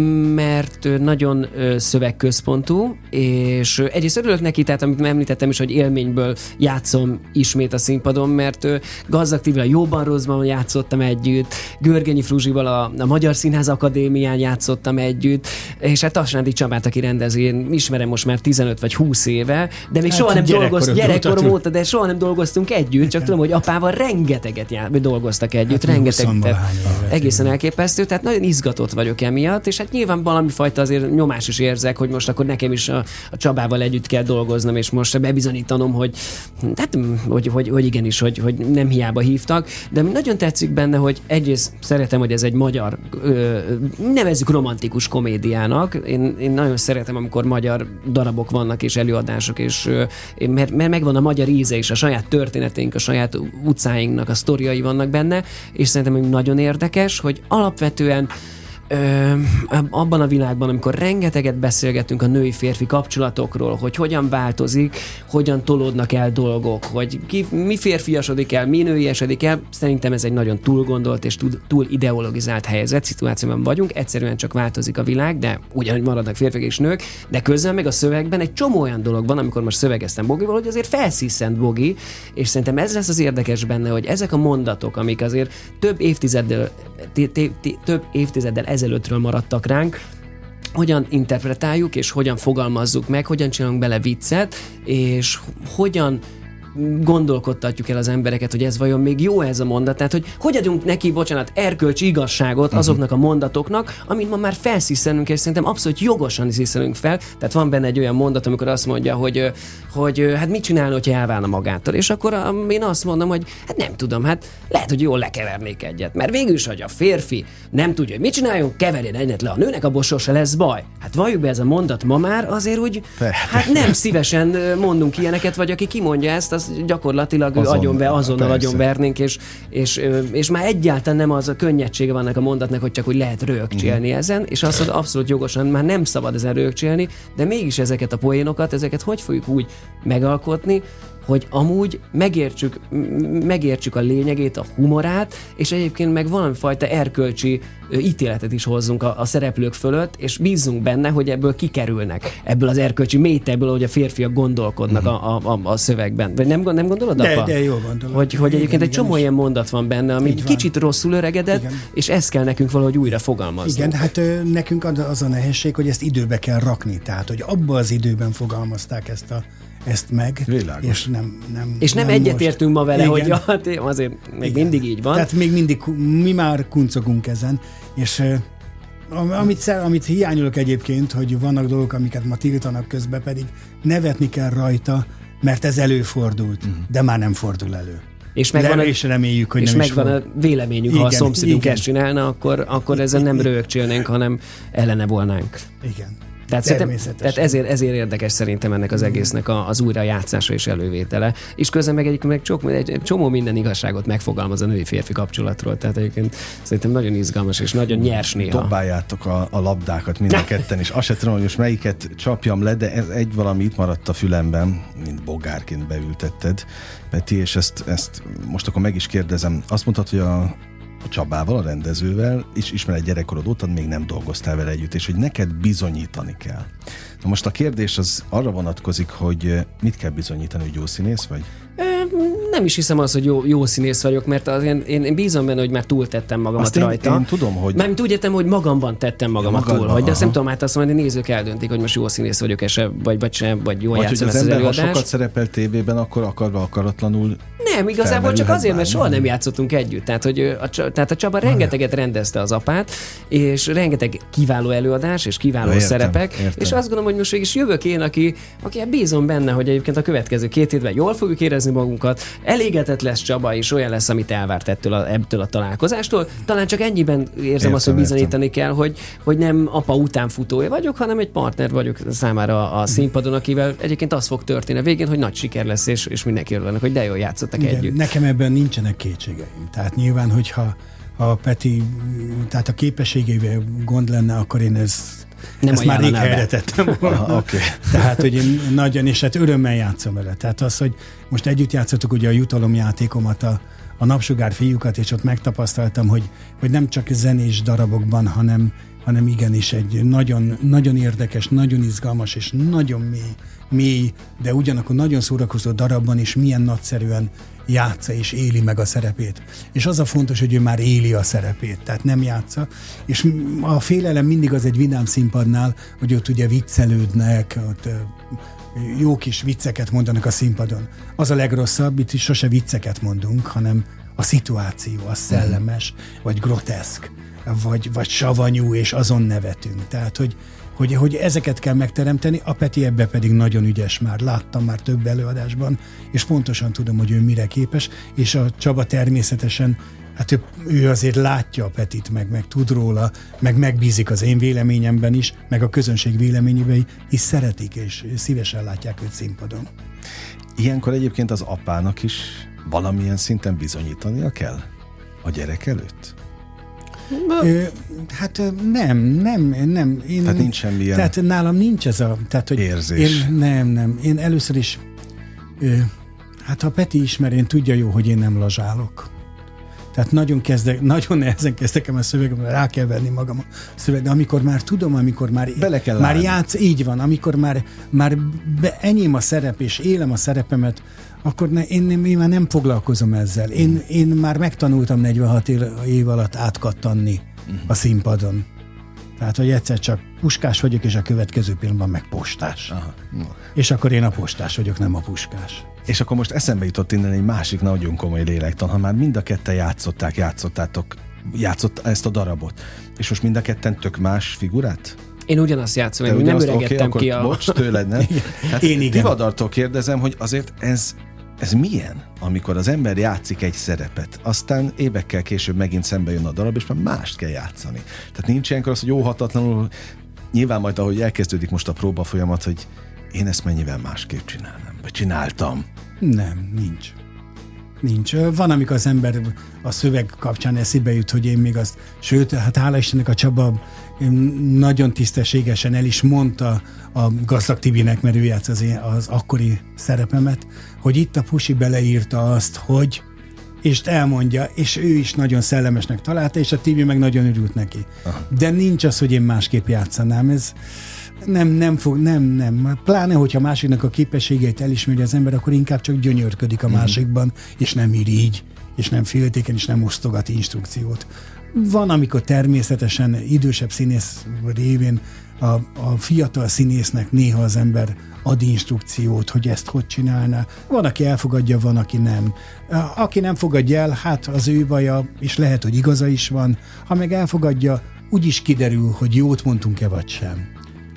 mert nagyon szövegközpontú, és egyrészt örülök neki, tehát amit említettem is, hogy élményből játszom ismét a színpadon, mert Gazdag Tibivel Jóban Rosszban játszottam együtt, Görgenyi Fruzsival a, a Magyar Színház Akadémián játszottam együtt, és hát Tasnádi Csabát, aki rendezi, én ismerem most már tizenöt vagy húsz éve, de még hát soha nem dolgoztunk, gyerekkorom óta, de soha nem dolgoztunk együtt, csak tudom, hogy apával rengeteget já- dolgoztak együtt, hát rengeteget. Egészen elképesztő, tehát nagyon izgatott vagyok emiatt, és hát nyilván valami fajta azért nyomás is érzek, hogy most akkor nekem is a, a Csabával együtt kell dolgoznom, és most bebizonyítanom, hogy hát, hogy, hogy, hogy igenis, hogy, hogy nem hiába hívtak, de nagyon tetszik benne, hogy egyrészt szeretem, hogy ez egy magyar, ö, nevezzük romantikus komédiának. Én, én nagyon szeretem, amikor magyar darabok vannak, és előadások, és ö, mert, mert megvan a magyar íze, és a saját történeténk, a saját utcáinknak a sztoriai vannak benne, és szerintem hogy nagyon érdekes, hogy alapvetően Ö, abban a világban, amikor rengeteget beszélgetünk a női-férfi kapcsolatokról, hogy hogyan változik, hogyan tolódnak el dolgok, hogy ki, mi férfiasodik el, mi nőiesedik el, szerintem ez egy nagyon túlgondolt és túl, túl ideologizált helyzet, szituációban vagyunk, egyszerűen csak változik a világ, de ugyanúgy maradnak férfiak és nők, de közben meg a szövegben egy csomó olyan dolog van, amikor most szövegeztem Bogival, hogy azért felsziszent Bogi, és szerintem ez lesz az érdekes benne, hogy ezek a mondatok, amik azért több évtizeddel, több évtizeddel ezelőttről maradtak ránk, hogyan interpretáljuk, és hogyan fogalmazzuk meg, hogyan csinálunk bele viccet, és hogyan gondolkodtatjuk el az embereket, hogy ez vajon még jó ez a mondat, tehát hogy hogy adjunk neki, bocsánat, erkölcsi igazságot azoknak a mondatoknak, amit ma már felsziszenünk, és szerintem abszolút jogosan sziszenünk fel. Tehát van benne egy olyan mondat, amikor azt mondja, hogy, hogy hát mit csinálni, hogyha elválna magától. És akkor én azt mondom, hogy hát nem tudom, hát lehet, hogy jól lekevernék egyet. Mert végül is, hogy a férfi nem tudja, hogy mit csináljon, keverjen egyet le a nőnek, abból sose lesz baj. Hát valljuk be, ez a mondat ma már azért úgy, hát nem szívesen mondunk ilyeneket, vagy aki kimondja ezt, az gyakorlatilag Azon, agyonbe, azonnal agyonvernénk, és, és, és már egyáltalán nem az a könnyedsége van ennek a mondatnak, hogy csak úgy lehet rögcsélni mm. ezen, és azt abszolút jogosan már nem szabad ezen rögcsélni, de mégis ezeket a poénokat, ezeket hogy fogjuk úgy megalkotni, hogy amúgy megértsük, megértsük a lényegét, a humorát, és egyébként meg valamifajta erkölcsi ítéletet is hozzunk a, a szereplők fölött, és bízzunk benne, hogy ebből kikerülnek, ebből az erkölcsi méterből, hogy a férfiak gondolkodnak uh-huh. a, a, a szövegben. Vagy nem, nem gondolod, de, apa? De jó gondolod. Hogy, hogy egyébként igen, egy csomó igen, ilyen mondat van benne, ami kicsit rosszul öregedett, igen. és ezt kell nekünk valahogy újra fogalmazni. Igen, hát nekünk az a nehézség, hogy ezt időbe kell rakni, tehát, hogy abban az időben fogalmazták ezt a ezt meg, Világos. és nem nem És nem, nem egyetértünk ma vele, igen. hogy ja, hát azért még igen. mindig így van. Tehát még mindig, mi már kuncogunk ezen, és amit, amit hiányolok egyébként, hogy vannak dolgok, amiket ma tiltanak, közben pedig nevetni kell rajta, mert ez előfordult, mm. de már nem fordul elő. És megvan, és reméljük, hogy és nem megvan is a véleményünk, igen, ha a szomszédunk igen. ezt csinálna, akkor, akkor ezen nem rögcsélnénk, hanem ellene volnánk. Igen. Tehát, tehát ezért, ezért érdekes szerintem ennek az egésznek a, az újrajátszása és elővétele. És közben meg egyébként meg csomó, egy csomó minden igazságot megfogalmaz a női-férfi kapcsolatról. Tehát egyébként szerintem nagyon izgalmas és nagyon nyers néha. Dobáljátok a, a labdákat mind a ketten, és azt sem tudom, hogy most melyiket csapjam le, de ez egy valami itt maradt a fülemben, mint bogárként beültetted, Peti, és ezt, ezt most akkor meg is kérdezem. Azt mondtad, hogy a a Csabával, a rendezővel, és ismered gyerekkorod óta, még nem dolgoztál vele együtt, és hogy neked bizonyítani kell. Na most a kérdés az arra vonatkozik, hogy mit kell bizonyítani, hogy jó színész vagy? Nem is hiszem azt, hogy jó, jó színész vagyok, mert az én, én, én bízom benne, hogy már túltettem magamat azt rajta. Én, én tudom, hogy... Mert úgy értem, hogy magamban tettem magamat ja, túl, hogy de azt nem tudom, hát azt mondom, hogy nézők eldöntik, hogy most jó színész vagyok-e se, vagy, vagy sem, vagy jól játszom ezt az előadást. Ha sokat szerepel tévében, akkor akarva akaratlanul nem, igazából csak azért, mert soha nem játszottunk együtt. Tehát, hogy a, tehát a Csaba rengeteget rendezte az apát, és rengeteg kiváló előadás, és kiváló értem, szerepek, értem. És azt gondolom, hogy most mégis jövök én, aki, aki bízom benne, hogy egyébként a következő két hétben jól fogjuk érezni magunkat, elégedett lesz Csaba, és olyan lesz, amit elvárt ettől a, ebből a találkozástól. Talán csak ennyiben érzem értem, azt, hogy bizonyítani értem. kell, hogy, hogy nem apa utánfutója vagyok, hanem egy partner vagyok számára a színpadon, akivel egyébként az fog történni a végén, hogy nagy siker lesz, és, és mindenki örülnek, hogy de jól játszottak igen, együtt. Nekem ebben nincsenek kétségeim. Tehát nyilván, hogyha a Peti, tehát a képességével gond lenne, akkor én ezt, ezt már rég helyre tettem volna. Aha, okay. Tehát, hogy én nagyon, és hát örömmel játszom vele. Tehát az, hogy most együtt játszottuk ugye a jutalomjátékomat, a, a Napsugár fiúkat, és ott megtapasztaltam, hogy, hogy nem csak zenés darabokban, hanem, hanem igenis egy nagyon, nagyon érdekes, nagyon izgalmas, és nagyon mély, mély, de ugyanakkor nagyon szórakozó darabban is milyen nagyszerűen játsza és éli meg a szerepét. És az a fontos, hogy ő már éli a szerepét, tehát nem játsza. És a félelem mindig az egy vidám színpadnál, hogy ott ugye viccelődnek, ott jó kis vicceket mondanak a színpadon. Az a legrosszabb, itt is sose vicceket mondunk, hanem a szituáció, az szellemes, vagy groteszk, vagy, vagy savanyú, és azon nevetünk. Tehát, hogy Hogy, hogy ezeket kell megteremteni, a Peti ebbe pedig nagyon ügyes már, láttam már több előadásban, és pontosan tudom, hogy ő mire képes, és a Csaba természetesen, hát ő, ő azért látja a Petit, meg, meg tud róla, meg megbízik az én véleményemben is, meg a közönség véleményében is szeretik, és szívesen látják őt színpadon. Ilyenkor egyébként az apának is valamilyen szinten bizonyítania kell a gyerek előtt? Ö, hát nem, nem, nem. Én, tehát nincs semmilyen tehát nálam nincs ez a tehát, hogy érzés. Én, nem, nem. Én először is ö, hát ha Peti ismer, én tudja jó, hogy én nem lazsálok. Tehát nagyon, kezdek, nagyon nehezen kezdek el a szövegem, rá kell venni magam a szöveg, de amikor már tudom, amikor már, Bele kell már játsz, így van, amikor már, már be, enyém a szerep, és élem a szerepemet, akkor ne, én, én már nem foglalkozom ezzel. Én, én már megtanultam negyvenhat év alatt átkattanni a színpadon. Tehát, hogy egyszer csak puskás vagyok, és a következő pillanatban meg postás. Aha. És akkor én a postás vagyok, nem a puskás. És akkor most eszembe jutott innen egy másik nagyon komoly lélektan, ha már mind a ketten játszották, játszottátok, játszott ezt a darabot, és most mind a ketten tök más figurát? Én ugyanazt játszom, én nem öregettem okay, ki a... Bocs, tőled, nem? Hát én igen. Tivadartól kérdezem, hogy azért ez, ez milyen, amikor az ember játszik egy szerepet, aztán évekkel később megint szembe jön a darab, és már mást kell játszani. Tehát nincs ilyenkor az, hogy óhatatlanul, nyilván majd ahogy elkezdődik most a próba folyamat, hogy én ezt mennyivel másképp csinálnám, vagy csináltam. Nem, nincs. Nincs. Van, amikor az ember a szöveg kapcsán eszébe jut, hogy én még azt, sőt, hát hála Istennek a Csaba nagyon tisztességesen el is mondta a Gazdag Tibinek, mert ő játsz az, én, az akkori szerepemet, hogy itt a Pusi beleírta azt, hogy, és elmondja, és ő is nagyon szellemesnek találta, és a Tibi meg nagyon örült neki. Aha. De nincs az, hogy én másképp játszanám. Ez nem, nem fog, nem, nem. Pláne, hogyha másiknak a képességeit elismeri az ember, akkor inkább csak gyönyörködik a másikban, és nem ír így, és nem féltékeny, és nem osztogat instrukciót. Van, amikor természetesen idősebb színész révén a, a fiatal színésznek néha az ember ad instrukciót, hogy ezt hogy csinálná. Van, aki elfogadja, van, aki nem. Aki nem fogadja el, hát az ő baja, és lehet, hogy igaza is van. Ha meg elfogadja, úgyis kiderül, hogy jót mondtunk-e vagy sem.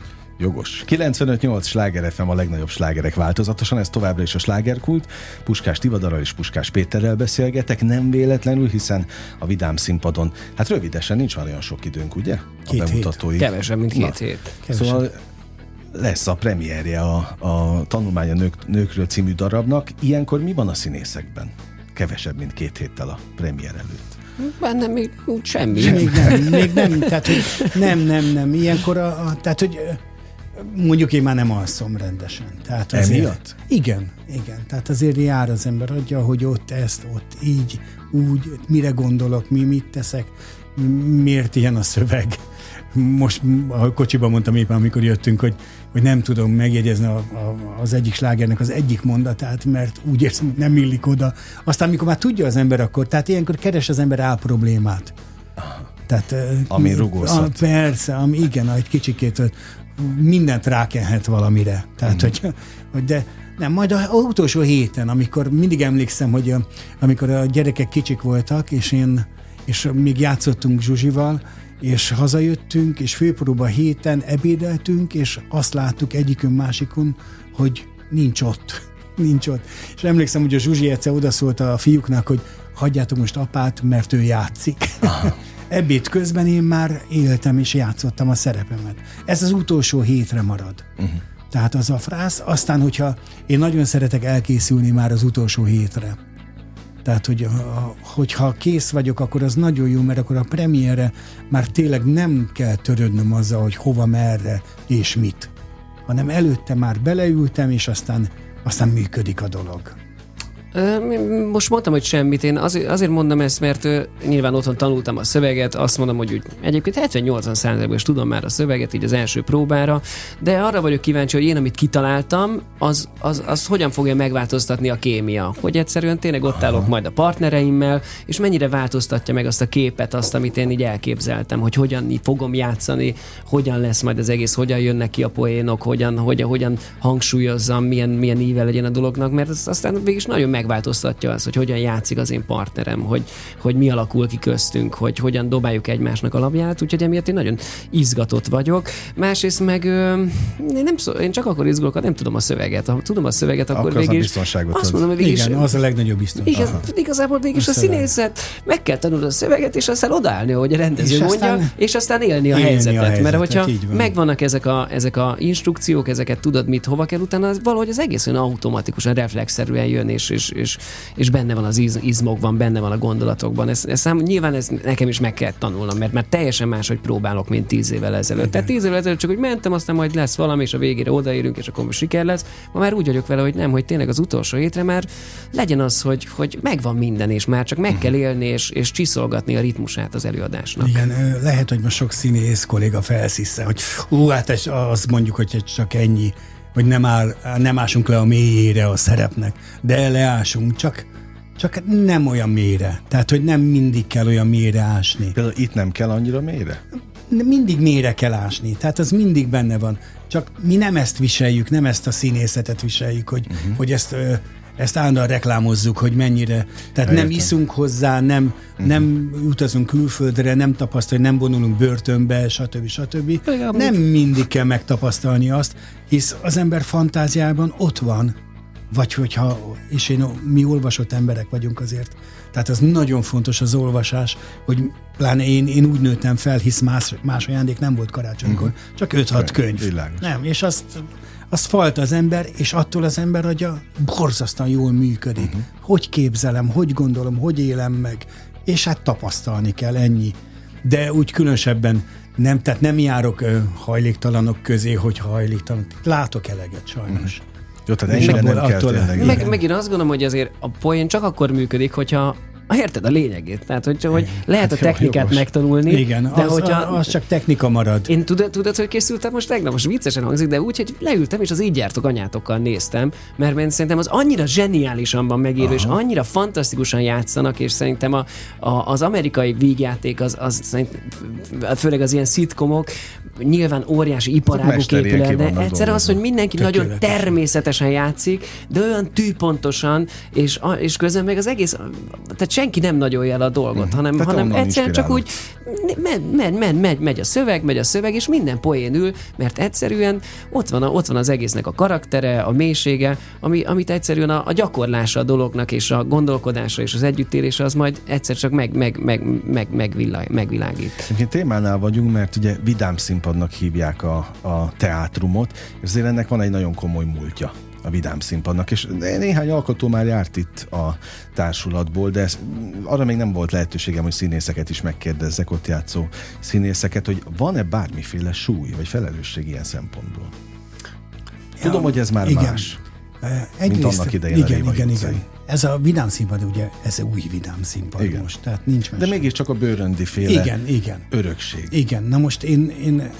Jogos. kilencvenöt nyolc Sláger ef em, a legnagyobb slágerek változatosan, ez továbbra is a slágerkult. Puskás Tivadarral és Puskás Péterrel beszélgetek, nem véletlenül, hiszen a Vidám színpadon, hát rövidesen nincs már olyan sok időnk, ugye? A két bemutatói. Hét. Kevesebb, mint két Na, hét. Kevesebb. Szóval lesz a premierje a, a Tanulmány a nők, nőkről című darabnak. Ilyenkor mi van a színészekben? Kevesebb, mint két héttel a premier előtt. Bennem még úgy semmi. Még nem, még nem, tehát hogy nem, nem, nem. Ilyenkor a, a tehát, hogy mondjuk én már nem alszom rendesen. Tehát azért, emiatt? Igen, igen. Tehát azért jár az ember, adja, hogy ott ezt, ott így, úgy, mire gondolok, mi mit teszek, miért ilyen a szöveg. Most a kocsiban mondtam éppen, amikor jöttünk, hogy, hogy nem tudom megjegyezni a, a, az egyik slágernek az egyik mondatát, mert úgy érzem, hogy nem illik oda. Aztán, amikor már tudja az ember, akkor, tehát ilyenkor keres az ember áll problémát. Tehát, ami rugózhat. Persze, ami igen, egy kicsikét mindent rákenhet valamire. Tehát, mm. hogy, hogy de nem, majd az utolsó héten, amikor mindig emlékszem, hogy a, amikor a gyerekek kicsik voltak, és én, és még játszottunk Zsuzsival, és hazajöttünk, és főpróba héten ebédeltünk, és azt láttuk egyikünk másikon, hogy nincs ott. Nincs ott. És emlékszem, hogy a Zsuzsi egyszer odaszólt a fiúknak, hogy hagyjátok most apát, mert ő játszik. Ebéd közben én már éltem és játszottam a szerepemet. Ez az utolsó hétre marad. Uh-huh. Tehát az a frász, aztán, hogyha én nagyon szeretek elkészülni már az utolsó hétre. Tehát, hogy, hogyha kész vagyok, akkor az nagyon jó, mert akkor a premierre már tényleg nem kell törődnöm azzal, hogy hova, merre és mit. Hanem előtte már beleültem, és aztán, aztán működik a dolog. Most mondtam, hogy semmit. Én azért mondom ezt, mert nyilván otthon tanultam a szöveget, azt mondom, hogy úgy, egyébként hetven-nyolcvan százalékban is tudom már a szöveget, így az első próbára, de arra vagyok kíváncsi, hogy én, amit kitaláltam, az, az, az hogyan fogja megváltoztatni a kémia. Hogy egyszerűen tényleg ott állok majd a partnereimmel, és mennyire változtatja meg azt a képet, azt, amit én így elképzeltem, hogy hogyan fogom játszani, hogyan lesz majd az egész, hogyan jönnek ki a poénok, hogyan, hogyan, hogyan hangsúlyozzam, milyen, milyen íve legyen a dolognak, mert az aztán végig nagyon megváltoztatja az, hogy hogyan játszik az én partnerem, hogy, hogy mi alakul ki köztünk, hogy hogyan dobáljuk egymásnak a labját, úgyhogy emiatt én nagyon izgatott vagyok. Másrészt meg ö, én, nem szó, én csak akkor izgulok, ha nem tudom a szöveget. Ha tudom a szöveget, akkor, akkor végig azt mondom, hogy végig igen, az a legnagyobb biztonság. Igaz, igazából végig a színészet, meg kell tanulni a szöveget, és aztán odaállni, ahogy a rendező és mondja, aztán és aztán élni a élni helyzetet. A helyzetet. Mert hogyha megvannak ezek a, ezek a instrukciók, ezeket tudod, mit hova kell utána, az valahogy az egész olyan automatikusan, reflexzerűen jön, és, és, és, és benne van az iz, izmokban, benne van a gondolatokban. Ez, ez szám, nyilván ez nekem is meg kell tanulnom, mert már teljesen máshogy próbálok, mint tíz évvel ezelőtt. Igen. Tehát tíz évvel ezelőtt csak, hogy mentem, aztán majd lesz valami, és a végére odaérünk, és akkor most siker lesz. Ma már úgy vagyok vele, hogy nem, hogy tényleg az utolsó hétre már legyen az, hogy, hogy megvan minden, és már csak meg kell élni, és, és csiszolgatni a ritmusát az előadásnak. Igen, lehet, hogy most sok színész kolléga felszisse, hogy hú, hát azt mondjuk, hogy csak ennyi, hogy nem, áll, nem ásunk le a mélyére a szerepnek, de leásunk, csak, csak nem olyan mélyre. Tehát, hogy nem mindig kell olyan mélyre ásni. Például itt nem kell annyira mélyre? mindig mélyre kell ásni, tehát az mindig benne van. Csak mi nem ezt viseljük, nem ezt a színészetet viseljük, hogy, uh-huh. hogy ezt, ezt állandóan reklámozzuk, hogy mennyire. Tehát Értem. nem iszunk hozzá, nem, uh-huh. nem utazunk külföldre, nem tapasztaljuk, nem vonulunk börtönbe, stb. stb. Nem mindig kell megtapasztalni azt, hisz az ember fantáziában ott van, vagy hogyha, és én, mi olvasott emberek vagyunk azért. Tehát az nagyon fontos az olvasás, hogy pláne én, én úgy nőttem fel, hisz más, más ajándék nem volt karácsonykor, uh-huh. csak öt-hat könyv. Világos. Nem, és azt, azt falt az ember, és attól az ember agya borzasztóan jól működik. Uh-huh. Hogy képzelem, hogy gondolom, hogy élem meg, és hát tapasztalni kell, ennyi. De úgy különösebben nem, tehát nem járok ö, hajléktalanok közé, hogy hajléktalan. Látok eleget sajnos. Uh-huh. Jó, tehát ennyire nem kell tényleg. Meg, megint azt gondolom, hogy azért a poén csak akkor működik, hogyha érted a lényegét. Tehát, hogy, csak, hogy lehet hát a technikát jogos. megtanulni. Igen, de az, hogyha, az csak technika marad. Én tudod, tudod, hogy készültem most tegnap? Most viccesen hangzik, de úgy, hogy leültem, és az Így jártok anyátokkal néztem, mert én szerintem az annyira zseniálisan van megírva, és annyira fantasztikusan játszanak, és szerintem a, a, az amerikai vígjáték, az, az főleg az ilyen szitkomok, nyilván óriási iparáguk épül el, de egyszer az, hogy mindenki nagyon természetesen játszik, de olyan tűpontosan, és, és közben meg az egész, tehát senki nem nagyolja el a dolgot, uh-huh. hanem, hanem egyszerűen csak úgy megy, megy, megy, megy, megy a szöveg, megy a szöveg, és minden poén ül, mert egyszerűen ott van, a, ott van az egésznek a karaktere, a mélysége, ami, amit egyszerűen a, a gyakorlása a dolognak, és a gondolkodása, és az együttélése, az majd egyszer csak meg, meg, meg, meg, megvilág, megvilágít. Egyébként témánál vagyunk, mert ugye vidám színpadnak hívják a, a teátrumot, és azért ennek van egy nagyon komoly múltja, a vidám színpadnak, és néhány alkotó már járt itt a társulatból, de ez, arra még nem volt lehetőségem, hogy színészeket is megkérdezzek, ott játszó színészeket, hogy van-e bármiféle súly, vagy felelősség ilyen szempontból? Tudom, ja, hogy ez már igen. más, Egyrészt, mint annak idején igen, a Réva igen, utcai. igen. Ez a vidám színpad, ugye, ez új vidám színpad igen. most, tehát nincs más. De mégiscsak a Bőröndi féle igen, igen. örökség. Igen, na most én, én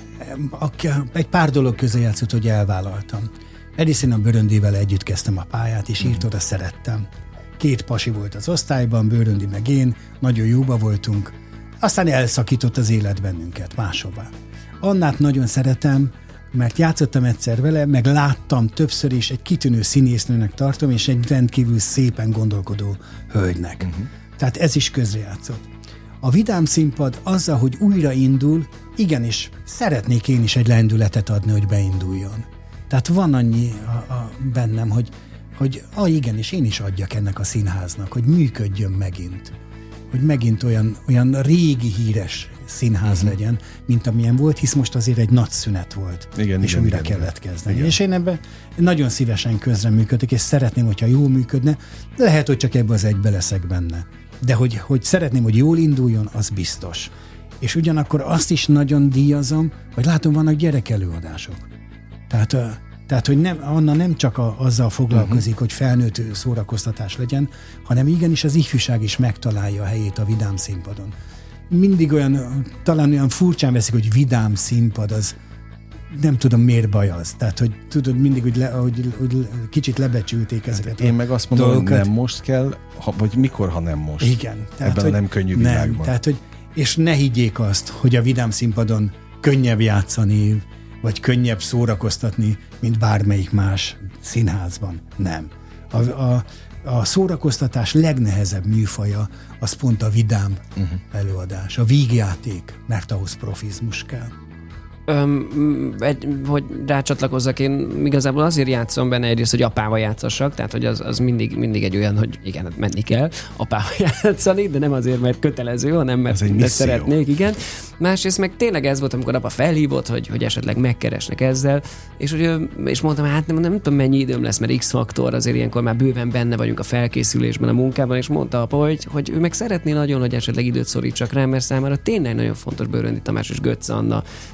egy pár dolog közé játszott, hogy elvállaltam. Egyrészt én a Bőröndivel együtt kezdtem a pályát, és írt oda szerettem. Két pasi volt az osztályban, Bőröndi meg én, nagyon jóba voltunk. Aztán elszakított az élet bennünket máshová. Annát nagyon szeretem, mert játszottam egyszer vele, meg láttam többször is, egy kitűnő színésznőnek tartom, és egy rendkívül szépen gondolkodó hölgynek. Uh-huh. Tehát ez is közrejátszott. A vidám színpad azzal, hogy újra indul, igenis szeretnék én is egy lendületet adni, hogy beinduljon. Tehát van annyi a, a bennem, hogy, hogy ah, igenis, én is adjak ennek a színháznak, hogy működjön megint. Hogy megint olyan, olyan régi híres színház uh-huh. legyen, mint amilyen volt, hisz most azért egy nagy szünet volt, igen, és igen, újra igen, kellett kezdeni. Igen. És én ebben nagyon szívesen közreműködök, és szeretném, hogyha jól működne, lehet, hogy csak ebbe az egybe leszek benne. De hogy, hogy szeretném, hogy jól induljon, az biztos. És ugyanakkor azt is nagyon díjazom, hogy látom, vannak gyerekelőadások. Tehát, tehát hogy nem, Anna nem csak a, azzal foglalkozik, uh-huh. hogy felnőtt szórakoztatás legyen, hanem igenis az ifjúság is megtalálja a helyét a vidám színpadon. Mindig olyan, talán olyan furcsán veszik, hogy vidám színpad, az nem tudom, miért baj az. Tehát, hogy tudod, mindig, hogy, le, hogy, hogy kicsit lebecsülték ezeket. Én meg azt mondom, dolgokat. Hogy nem most kell, ha, vagy mikor, ha nem most. Igen. Tehát, ebben a nem könnyű világban. Nem, tehát, hogy, és ne higgyék azt, hogy a vidám színpadon könnyebb játszani, vagy könnyebb szórakoztatni, mint bármelyik más színházban. Nem. A, a, a szórakoztatás legnehezebb műfaja az pont a vidám uh-huh. előadás, a vígjáték, mert ahhoz profizmus kell. Öm, egy, hogy rácsatlakozzak, én igazából azért játszom benne egyrészt, hogy apával játszassak, tehát hogy az, az mindig, mindig egy olyan, hogy igen, hát menni kell apával játszani, de nem azért, mert kötelező, hanem mert szeretnék, igen. Másrészt meg tényleg ez volt, amikor apa felhívott, hogy, hogy esetleg megkeresnek ezzel, és, hogy, és mondtam, hát nem, nem tudom mennyi időm lesz, mert X-faktor, azért ilyenkor már bőven benne vagyunk a felkészülésben, a munkában, és mondta apa, hogy, hogy ő meg szeretné nagyon, hogy esetleg időt szorítsak rá, mert számára tényleg nagyon fontos Bőröndi Tamás és Götz Anna személy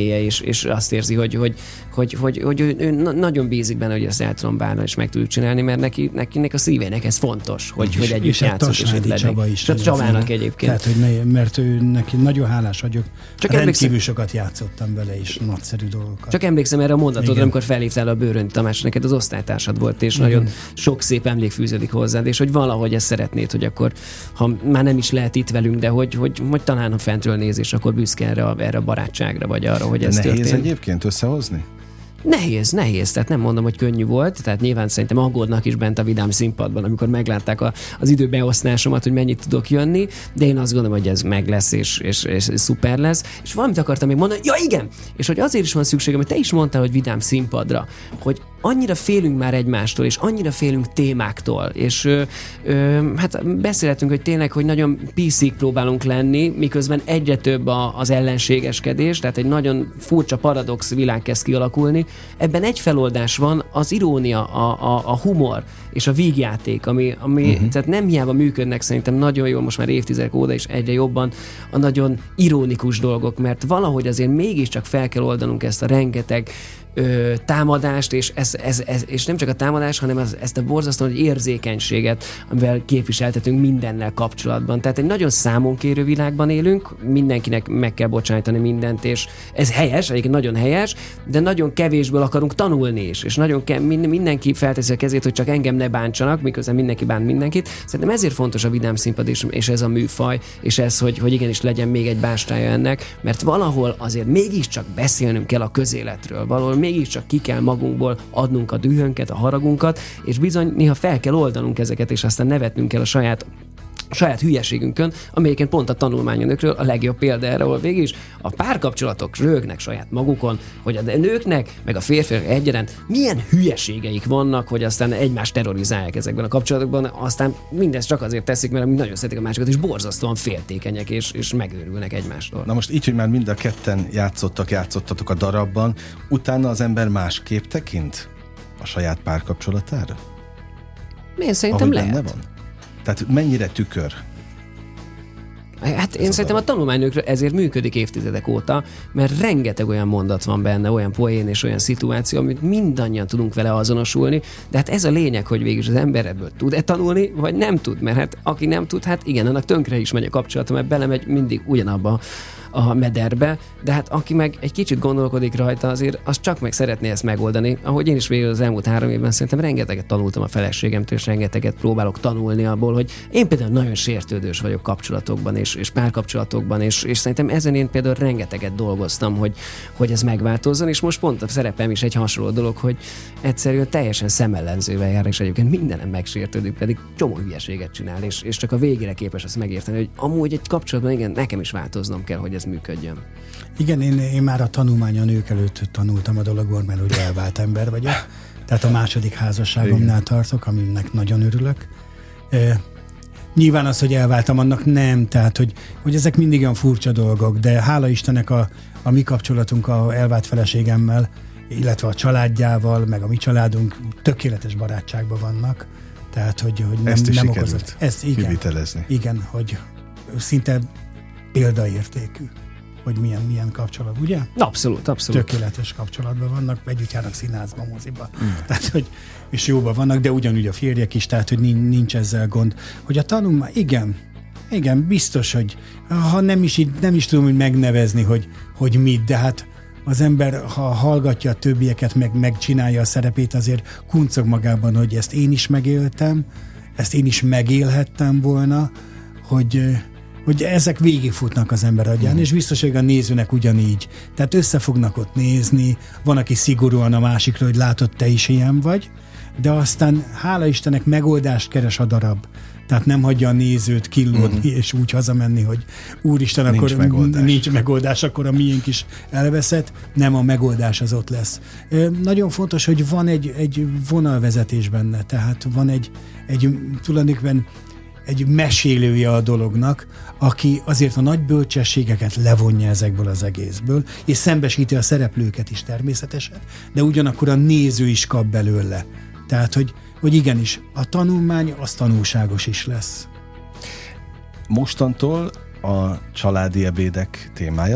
személye, és, és azt érzi, hogy, hogy, hogy, hogy, hogy ő, ő nagyon bízik benne, hogy ezt el tudom bánni, és meg tudjuk csinálni, mert neki, nekinek a szívének ez fontos, hogy, hogy együtt játszunk, és itt legyen. És a Csabának egyébként. Tehát, hogy ne, mert ő neki nagyon hálás vagyok. Csak rendkívül sokat játszottam vele, és nagyszerű dolgokat. Csak emlékszem erre a mondatodra, amikor felhívtál a Bőröndi Tamás, neked az osztálytársad volt, és igen. Nagyon sok szép emlék fűződik hozzád, és hogy valahogy ezt szeretnéd, hogy akkor, ha már nem is lehet itt velünk, de hogy, hogy, hogy talán a fentről néz, és akkor büszke erre a, erre a barátságra, vagy arra, hogy ez történt. Nehéz egyébként összehozni? Nehéz, nehéz, tehát nem mondom, hogy könnyű volt, tehát nyilván szerintem aggódnak is bent a Vidám színpadban, amikor meglátták a, az időbeosztásomat, hogy mennyit tudok jönni, de én azt gondolom, hogy ez meg lesz, és, és, és szuper lesz. És valamit akartam még mondani, ja igen, és hogy azért is van szükségem, hogy te is mondtál, hogy Vidám színpadra, hogy annyira félünk már egymástól, és annyira félünk témáktól, és ö, ö, hát beszélhetünk, hogy tényleg, hogy nagyon píszik próbálunk lenni, miközben egyre több a, az ellenségeskedés, tehát egy nagyon furcsa paradox világ kezd kialakulni. Ebben egy feloldás van, az irónia, a, a, a humor és a vígjáték, ami, ami uh-huh. tehát nem hiába működnek szerintem nagyon jól, most már évtizedek óta, és egyre jobban a nagyon ironikus dolgok, mert valahogy azért mégiscsak fel kell oldanunk ezt a rengeteg Ö, támadást, és, ez, ez, ez, és nem csak a támadás, hanem ez, ezt a borzasztó nagy érzékenységet, amivel képviseltetünk mindennel kapcsolatban. Tehát egy nagyon számonkérő világban élünk, mindenkinek meg kell bocsájtani mindent, és ez helyes, egyébként nagyon helyes, de nagyon kevésből akarunk tanulni is, és nagyon ke- mindenki felteszi a kezét, hogy csak engem ne bántsanak, miközben mindenki bánt mindenkit. Szerintem ezért fontos a Vidám színpad, és, és ez a műfaj, és ez, hogy, hogy igenis legyen még egy bástája ennek, mert valahol azért mégiscsak beszélnünk kell a közéletről, valahol mégiscsak ki kell magunkból adnunk a dühönket, a haragunkat, és bizony néha fel kell oldanunk ezeket, és aztán nevetnünk kell a saját saját hülyeségünkön, amelyiken pont a tanulmányönökről a legjobb példa erre, ahol végig is a párkapcsolatok röhögnek saját magukon, hogy a nőknek, meg a férfiak egyaránt milyen hülyeségeik vannak, hogy aztán egymást terrorizálják ezekben a kapcsolatokban, aztán mindezt csak azért teszik, mert nagyon szeretik a másikat, és borzasztóan féltékenyek, és, és megőrülnek egymástól. Na most így, hogy már mind a ketten játszottak, játszottatok a darabban, utána az ember másképp tekint a saját párkapcsolatára? Én szerintem ahogy lehet. Van? Tehát mennyire tükör? Hát én szerintem a tanulmánynőkről ezért működik évtizedek óta, mert rengeteg olyan mondat van benne, olyan poén és olyan szituáció, amit mindannyian tudunk vele azonosulni, de hát ez a lényeg, hogy végül az ember ebből tud-e tanulni, vagy nem tud, mert hát aki nem tud, hát igen, annak tönkre is megy a kapcsolata, mert belemegy mindig ugyanabba a mederbe, de hát aki meg egy kicsit gondolkodik rajta, azért az csak meg szeretné ezt megoldani. Ahogy én is végül az elmúlt három évben szerintem rengeteget tanultam a feleségemtől, és rengeteget próbálok tanulni abból, hogy én például nagyon sértődős vagyok kapcsolatokban és, és párkapcsolatokban, és, és szerintem ezen én például rengeteget dolgoztam, hogy, hogy ez megváltozzon, és most pont a szerepem is egy hasonló dolog, hogy egyszerűen teljesen szemellenzővel jár, és egyébként mindenem megsértődik, pedig csomó hülyeséget csinál, és, és csak a végére képes azt megérteni, hogy amúgy egy kapcsolatban igen, nekem is változnom kell, hogy ez működjön. Igen, én, én már a tanulmány a nők előtt tanultam a dologból, mert ugye elvált ember vagyok. Tehát a második házasságomnál tartok, aminek nagyon örülök. E, nyilván az, hogy elváltam, annak nem, tehát hogy, hogy ezek mindig olyan furcsa dolgok, de hála Istennek a, a mi kapcsolatunk a elvált feleségemmel, illetve a családjával, meg a mi családunk tökéletes barátságban vannak. Tehát, hogy, hogy nem, ezt is nem okozott ezt igen, kivitelezni. Igen, hogy szinte példaértékű, hogy milyen, milyen kapcsolat, ugye? Abszolút, abszolút. Tökéletes kapcsolatban vannak, együtt járnak színházba, moziba. Mm. Tehát, hogy, és jóban vannak, de ugyanúgy a férjek is, tehát, hogy nincs ezzel gond. Hogy a tanulmány, igen, igen, biztos, hogy ha nem is, nem is tudom, hogy megnevezni, hogy, hogy mit, de hát az ember, ha hallgatja a többieket, meg megcsinálja a szerepét, azért kuncog magában, hogy ezt én is megéltem, ezt én is megélhettem volna, hogy hogy ezek végigfutnak az ember agyán, mm. és biztos, hogy a nézőnek ugyanígy. Tehát össze fognak ott nézni, van, aki szigorúan a másikra, hogy látod, te is ilyen vagy, de aztán hála Istennek megoldást keres a darab. Tehát nem hagyja a nézőt killódni, mm. és úgy hazamenni, hogy úristen, nincs akkor megoldás. nincs megoldás, akkor a miénk is elveszett. Nem, a megoldás az ott lesz. Nagyon fontos, hogy van egy, egy vonalvezetés benne, tehát van egy, egy tulajdonképpen egy mesélője a dolognak, aki azért a nagy bölcsességeket levonja ezekből az egészből, és szembesíti a szereplőket is természetesen, de ugyanakkor a néző is kap belőle. Tehát, hogy, hogy igenis, a tanulmány az tanulságos is lesz. Mostantól a családi ebédek témája lesz a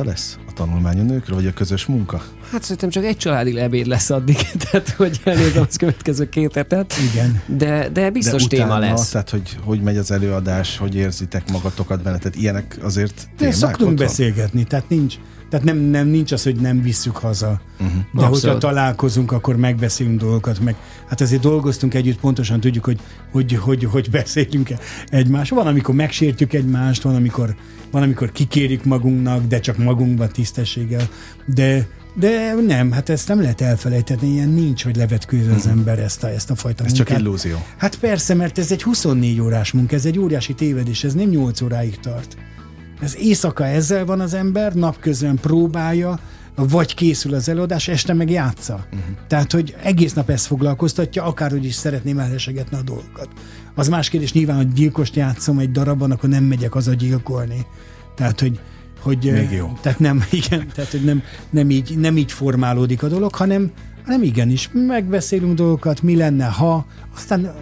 a tanulmány a nőkről, vagy a közös munka? Hát szerintem csak egy családi ebéd lesz addig, tehát hogy elnézem az következő két hetet. Igen. De, de biztos de téma utána, lesz. Tehát, hogy hogy megy az előadás, hogy érzitek magatokat benne, tehát ilyenek azért témák. Szoktunk beszélgetni, tehát nincs, tehát nem, nem nincs az, hogy nem visszük haza. Uh-huh. De Abszolút. Hogyha találkozunk, akkor megbeszélünk dolgokat, meg hát azért dolgoztunk együtt, pontosan tudjuk, hogy hogy, hogy, hogy beszélünk egymás. Van, amikor megsértjük egymást, van, amikor, van, amikor kikérjük magunknak, de csak magunkban tisztességgel. De De nem, hát ezt nem lehet elfelejteni, ilyen nincs, hogy levetkőzze az ember ezt a, ezt a fajta ez munkát. Ez csak illúzió. Hát persze, mert ez egy huszonnégy órás munka, ez egy óriási tévedés, ez nem nyolc óráig tart. Ez éjszaka ezzel van az ember, napközben próbálja, vagy készül az előadás, este meg játsza. Uh-huh. Tehát, hogy egész nap ezt foglalkoztatja, akárhogy is szeretném elhesegetni a dolgokat. Az más kérdés nyilván, hogy gyilkost játszom egy darabban, akkor nem megyek haza gyilkolni. Tehát, hogy hogy még jó. Tehát nem, igen, tehát, hogy nem, nem, így, nem így formálódik a dolog, hanem, hanem igenis, megbeszélünk dolgokat, mi lenne, ha, aztán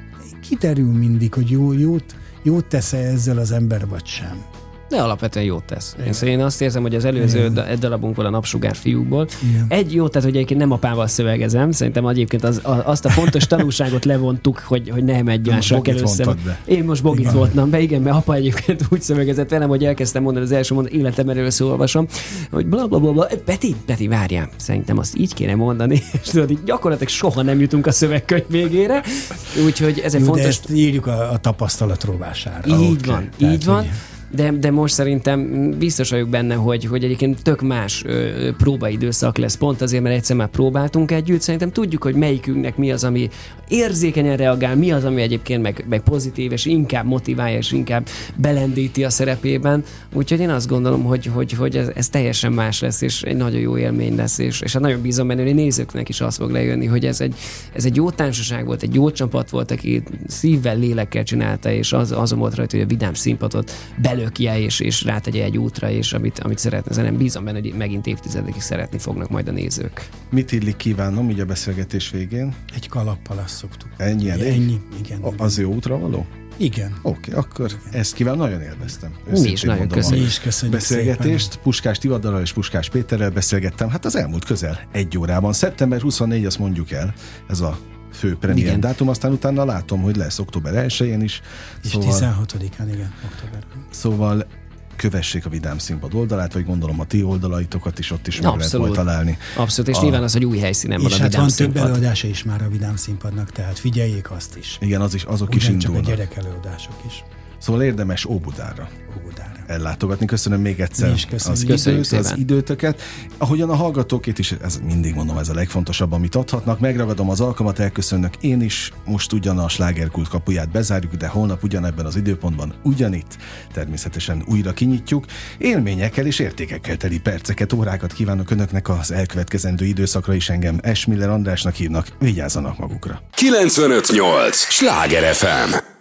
kiderül mindig, hogy jó, jót, jót tesz-e ezzel az ember, vagy sem. De alapvetően jót tesz. Én, szóval én azt érzem, hogy az előző egy dalabunkból, a Napsugár fiúkból. Igen. Egy jó, tehát hogy egyébként nem apával szövegezem, szerintem egyébként az, az, azt a fontos tanulságot levontuk, hogy, hogy nem egymással kell össze. Én most Bogit igen. voltam be, igen, mert apa egyébként úgy szövegezett velem, hogy elkezdtem mondani az első mondat, életem először olvasom, hogy blablabla, bla, bla. Peti, Peti, várjál, szerintem azt így kéne mondani, és tudod, így gyakorlatilag soha nem jutunk a szövegkönyv végére, úgyhogy ez egy jó, fontos... de ezt írjuk a, a tapasztalat rovására. Így okay. van, Tehát, így van. Hogy... De, de most szerintem biztos vagyok benne, hogy, hogy egyébként tök más ö, próbaidőszak lesz, pont azért, mert egyszer már próbáltunk együtt, szerintem tudjuk, hogy melyikünknek mi az, ami érzékenyen reagál, mi az, ami egyébként meg, meg pozitív, és inkább motiválja, és inkább belendíti a szerepében, úgyhogy én azt gondolom, hogy, hogy, hogy ez, ez teljesen más lesz, és egy nagyon jó élmény lesz, és, és hát nagyon bízom benne, hogy a nézőknek is az fog lejönni, hogy ez egy, ez egy jó társaság volt, egy jó csapat volt, aki szívvel, lélekkel csinálta, és az, azon volt rajta, hogy a vidám színpadot belökje, és, és rátegye egy útra, és amit, amit szeretne zenem. Bízom benne, hogy megint évtizedekig szeretni fognak majd a nézők. Mit illik kívánom így a beszélgetés végén? Egy kalappal azt szoktuk. Ennyi elég? Ennyi, igen. A, az jó útra való? Igen. Oké, okay, akkor igen. Ezt kívánom, nagyon élveztem. Mi is nagyon köszönjük. Mi is köszönjük beszélgetést. Szépen. Puskás Tivadallal és Puskás Péterrel beszélgettem, hát az elmúlt közel egy órában. szeptember huszonnégyedike, azt mondjuk el, ez a fő premier dátum, aztán utána látom, hogy lesz október elsején is. És szóval, tizenhatodikán, igen, októberben. Szóval kövessék a Vidám Színpad oldalát, vagy gondolom a ti oldalaitokat is ott is meg lehet majd találni. Abszolút, és a... nyilván az, hogy új helyszínen van a hát Vidám van Színpad. több előadása is már a Vidám Színpadnak, tehát figyeljék azt is. Igen, az is, azok ugyan is indulnak. Csak a gyerek előadások is. Szóval érdemes Óbudára. Óbudára. ellátogatni. Köszönöm még egyszer az, időt, az időtöket. Ahogyan a hallgatókét is, ez mindig mondom, ez a legfontosabb, amit adhatnak. Megragadom az alkalmat, elköszönök én is. Most ugyan a Slágerkult kapuját bezárjuk, de holnap ugyanebben az időpontban ugyanitt természetesen újra kinyitjuk. Élményekkel és értékekkel teli perceket, órákat kívánok önöknek az elkövetkezendő időszakra is. Engem Esmiller Andrásnak hívnak. Vigyázzanak magukra. kilencvenöt nyolc Sláger ef em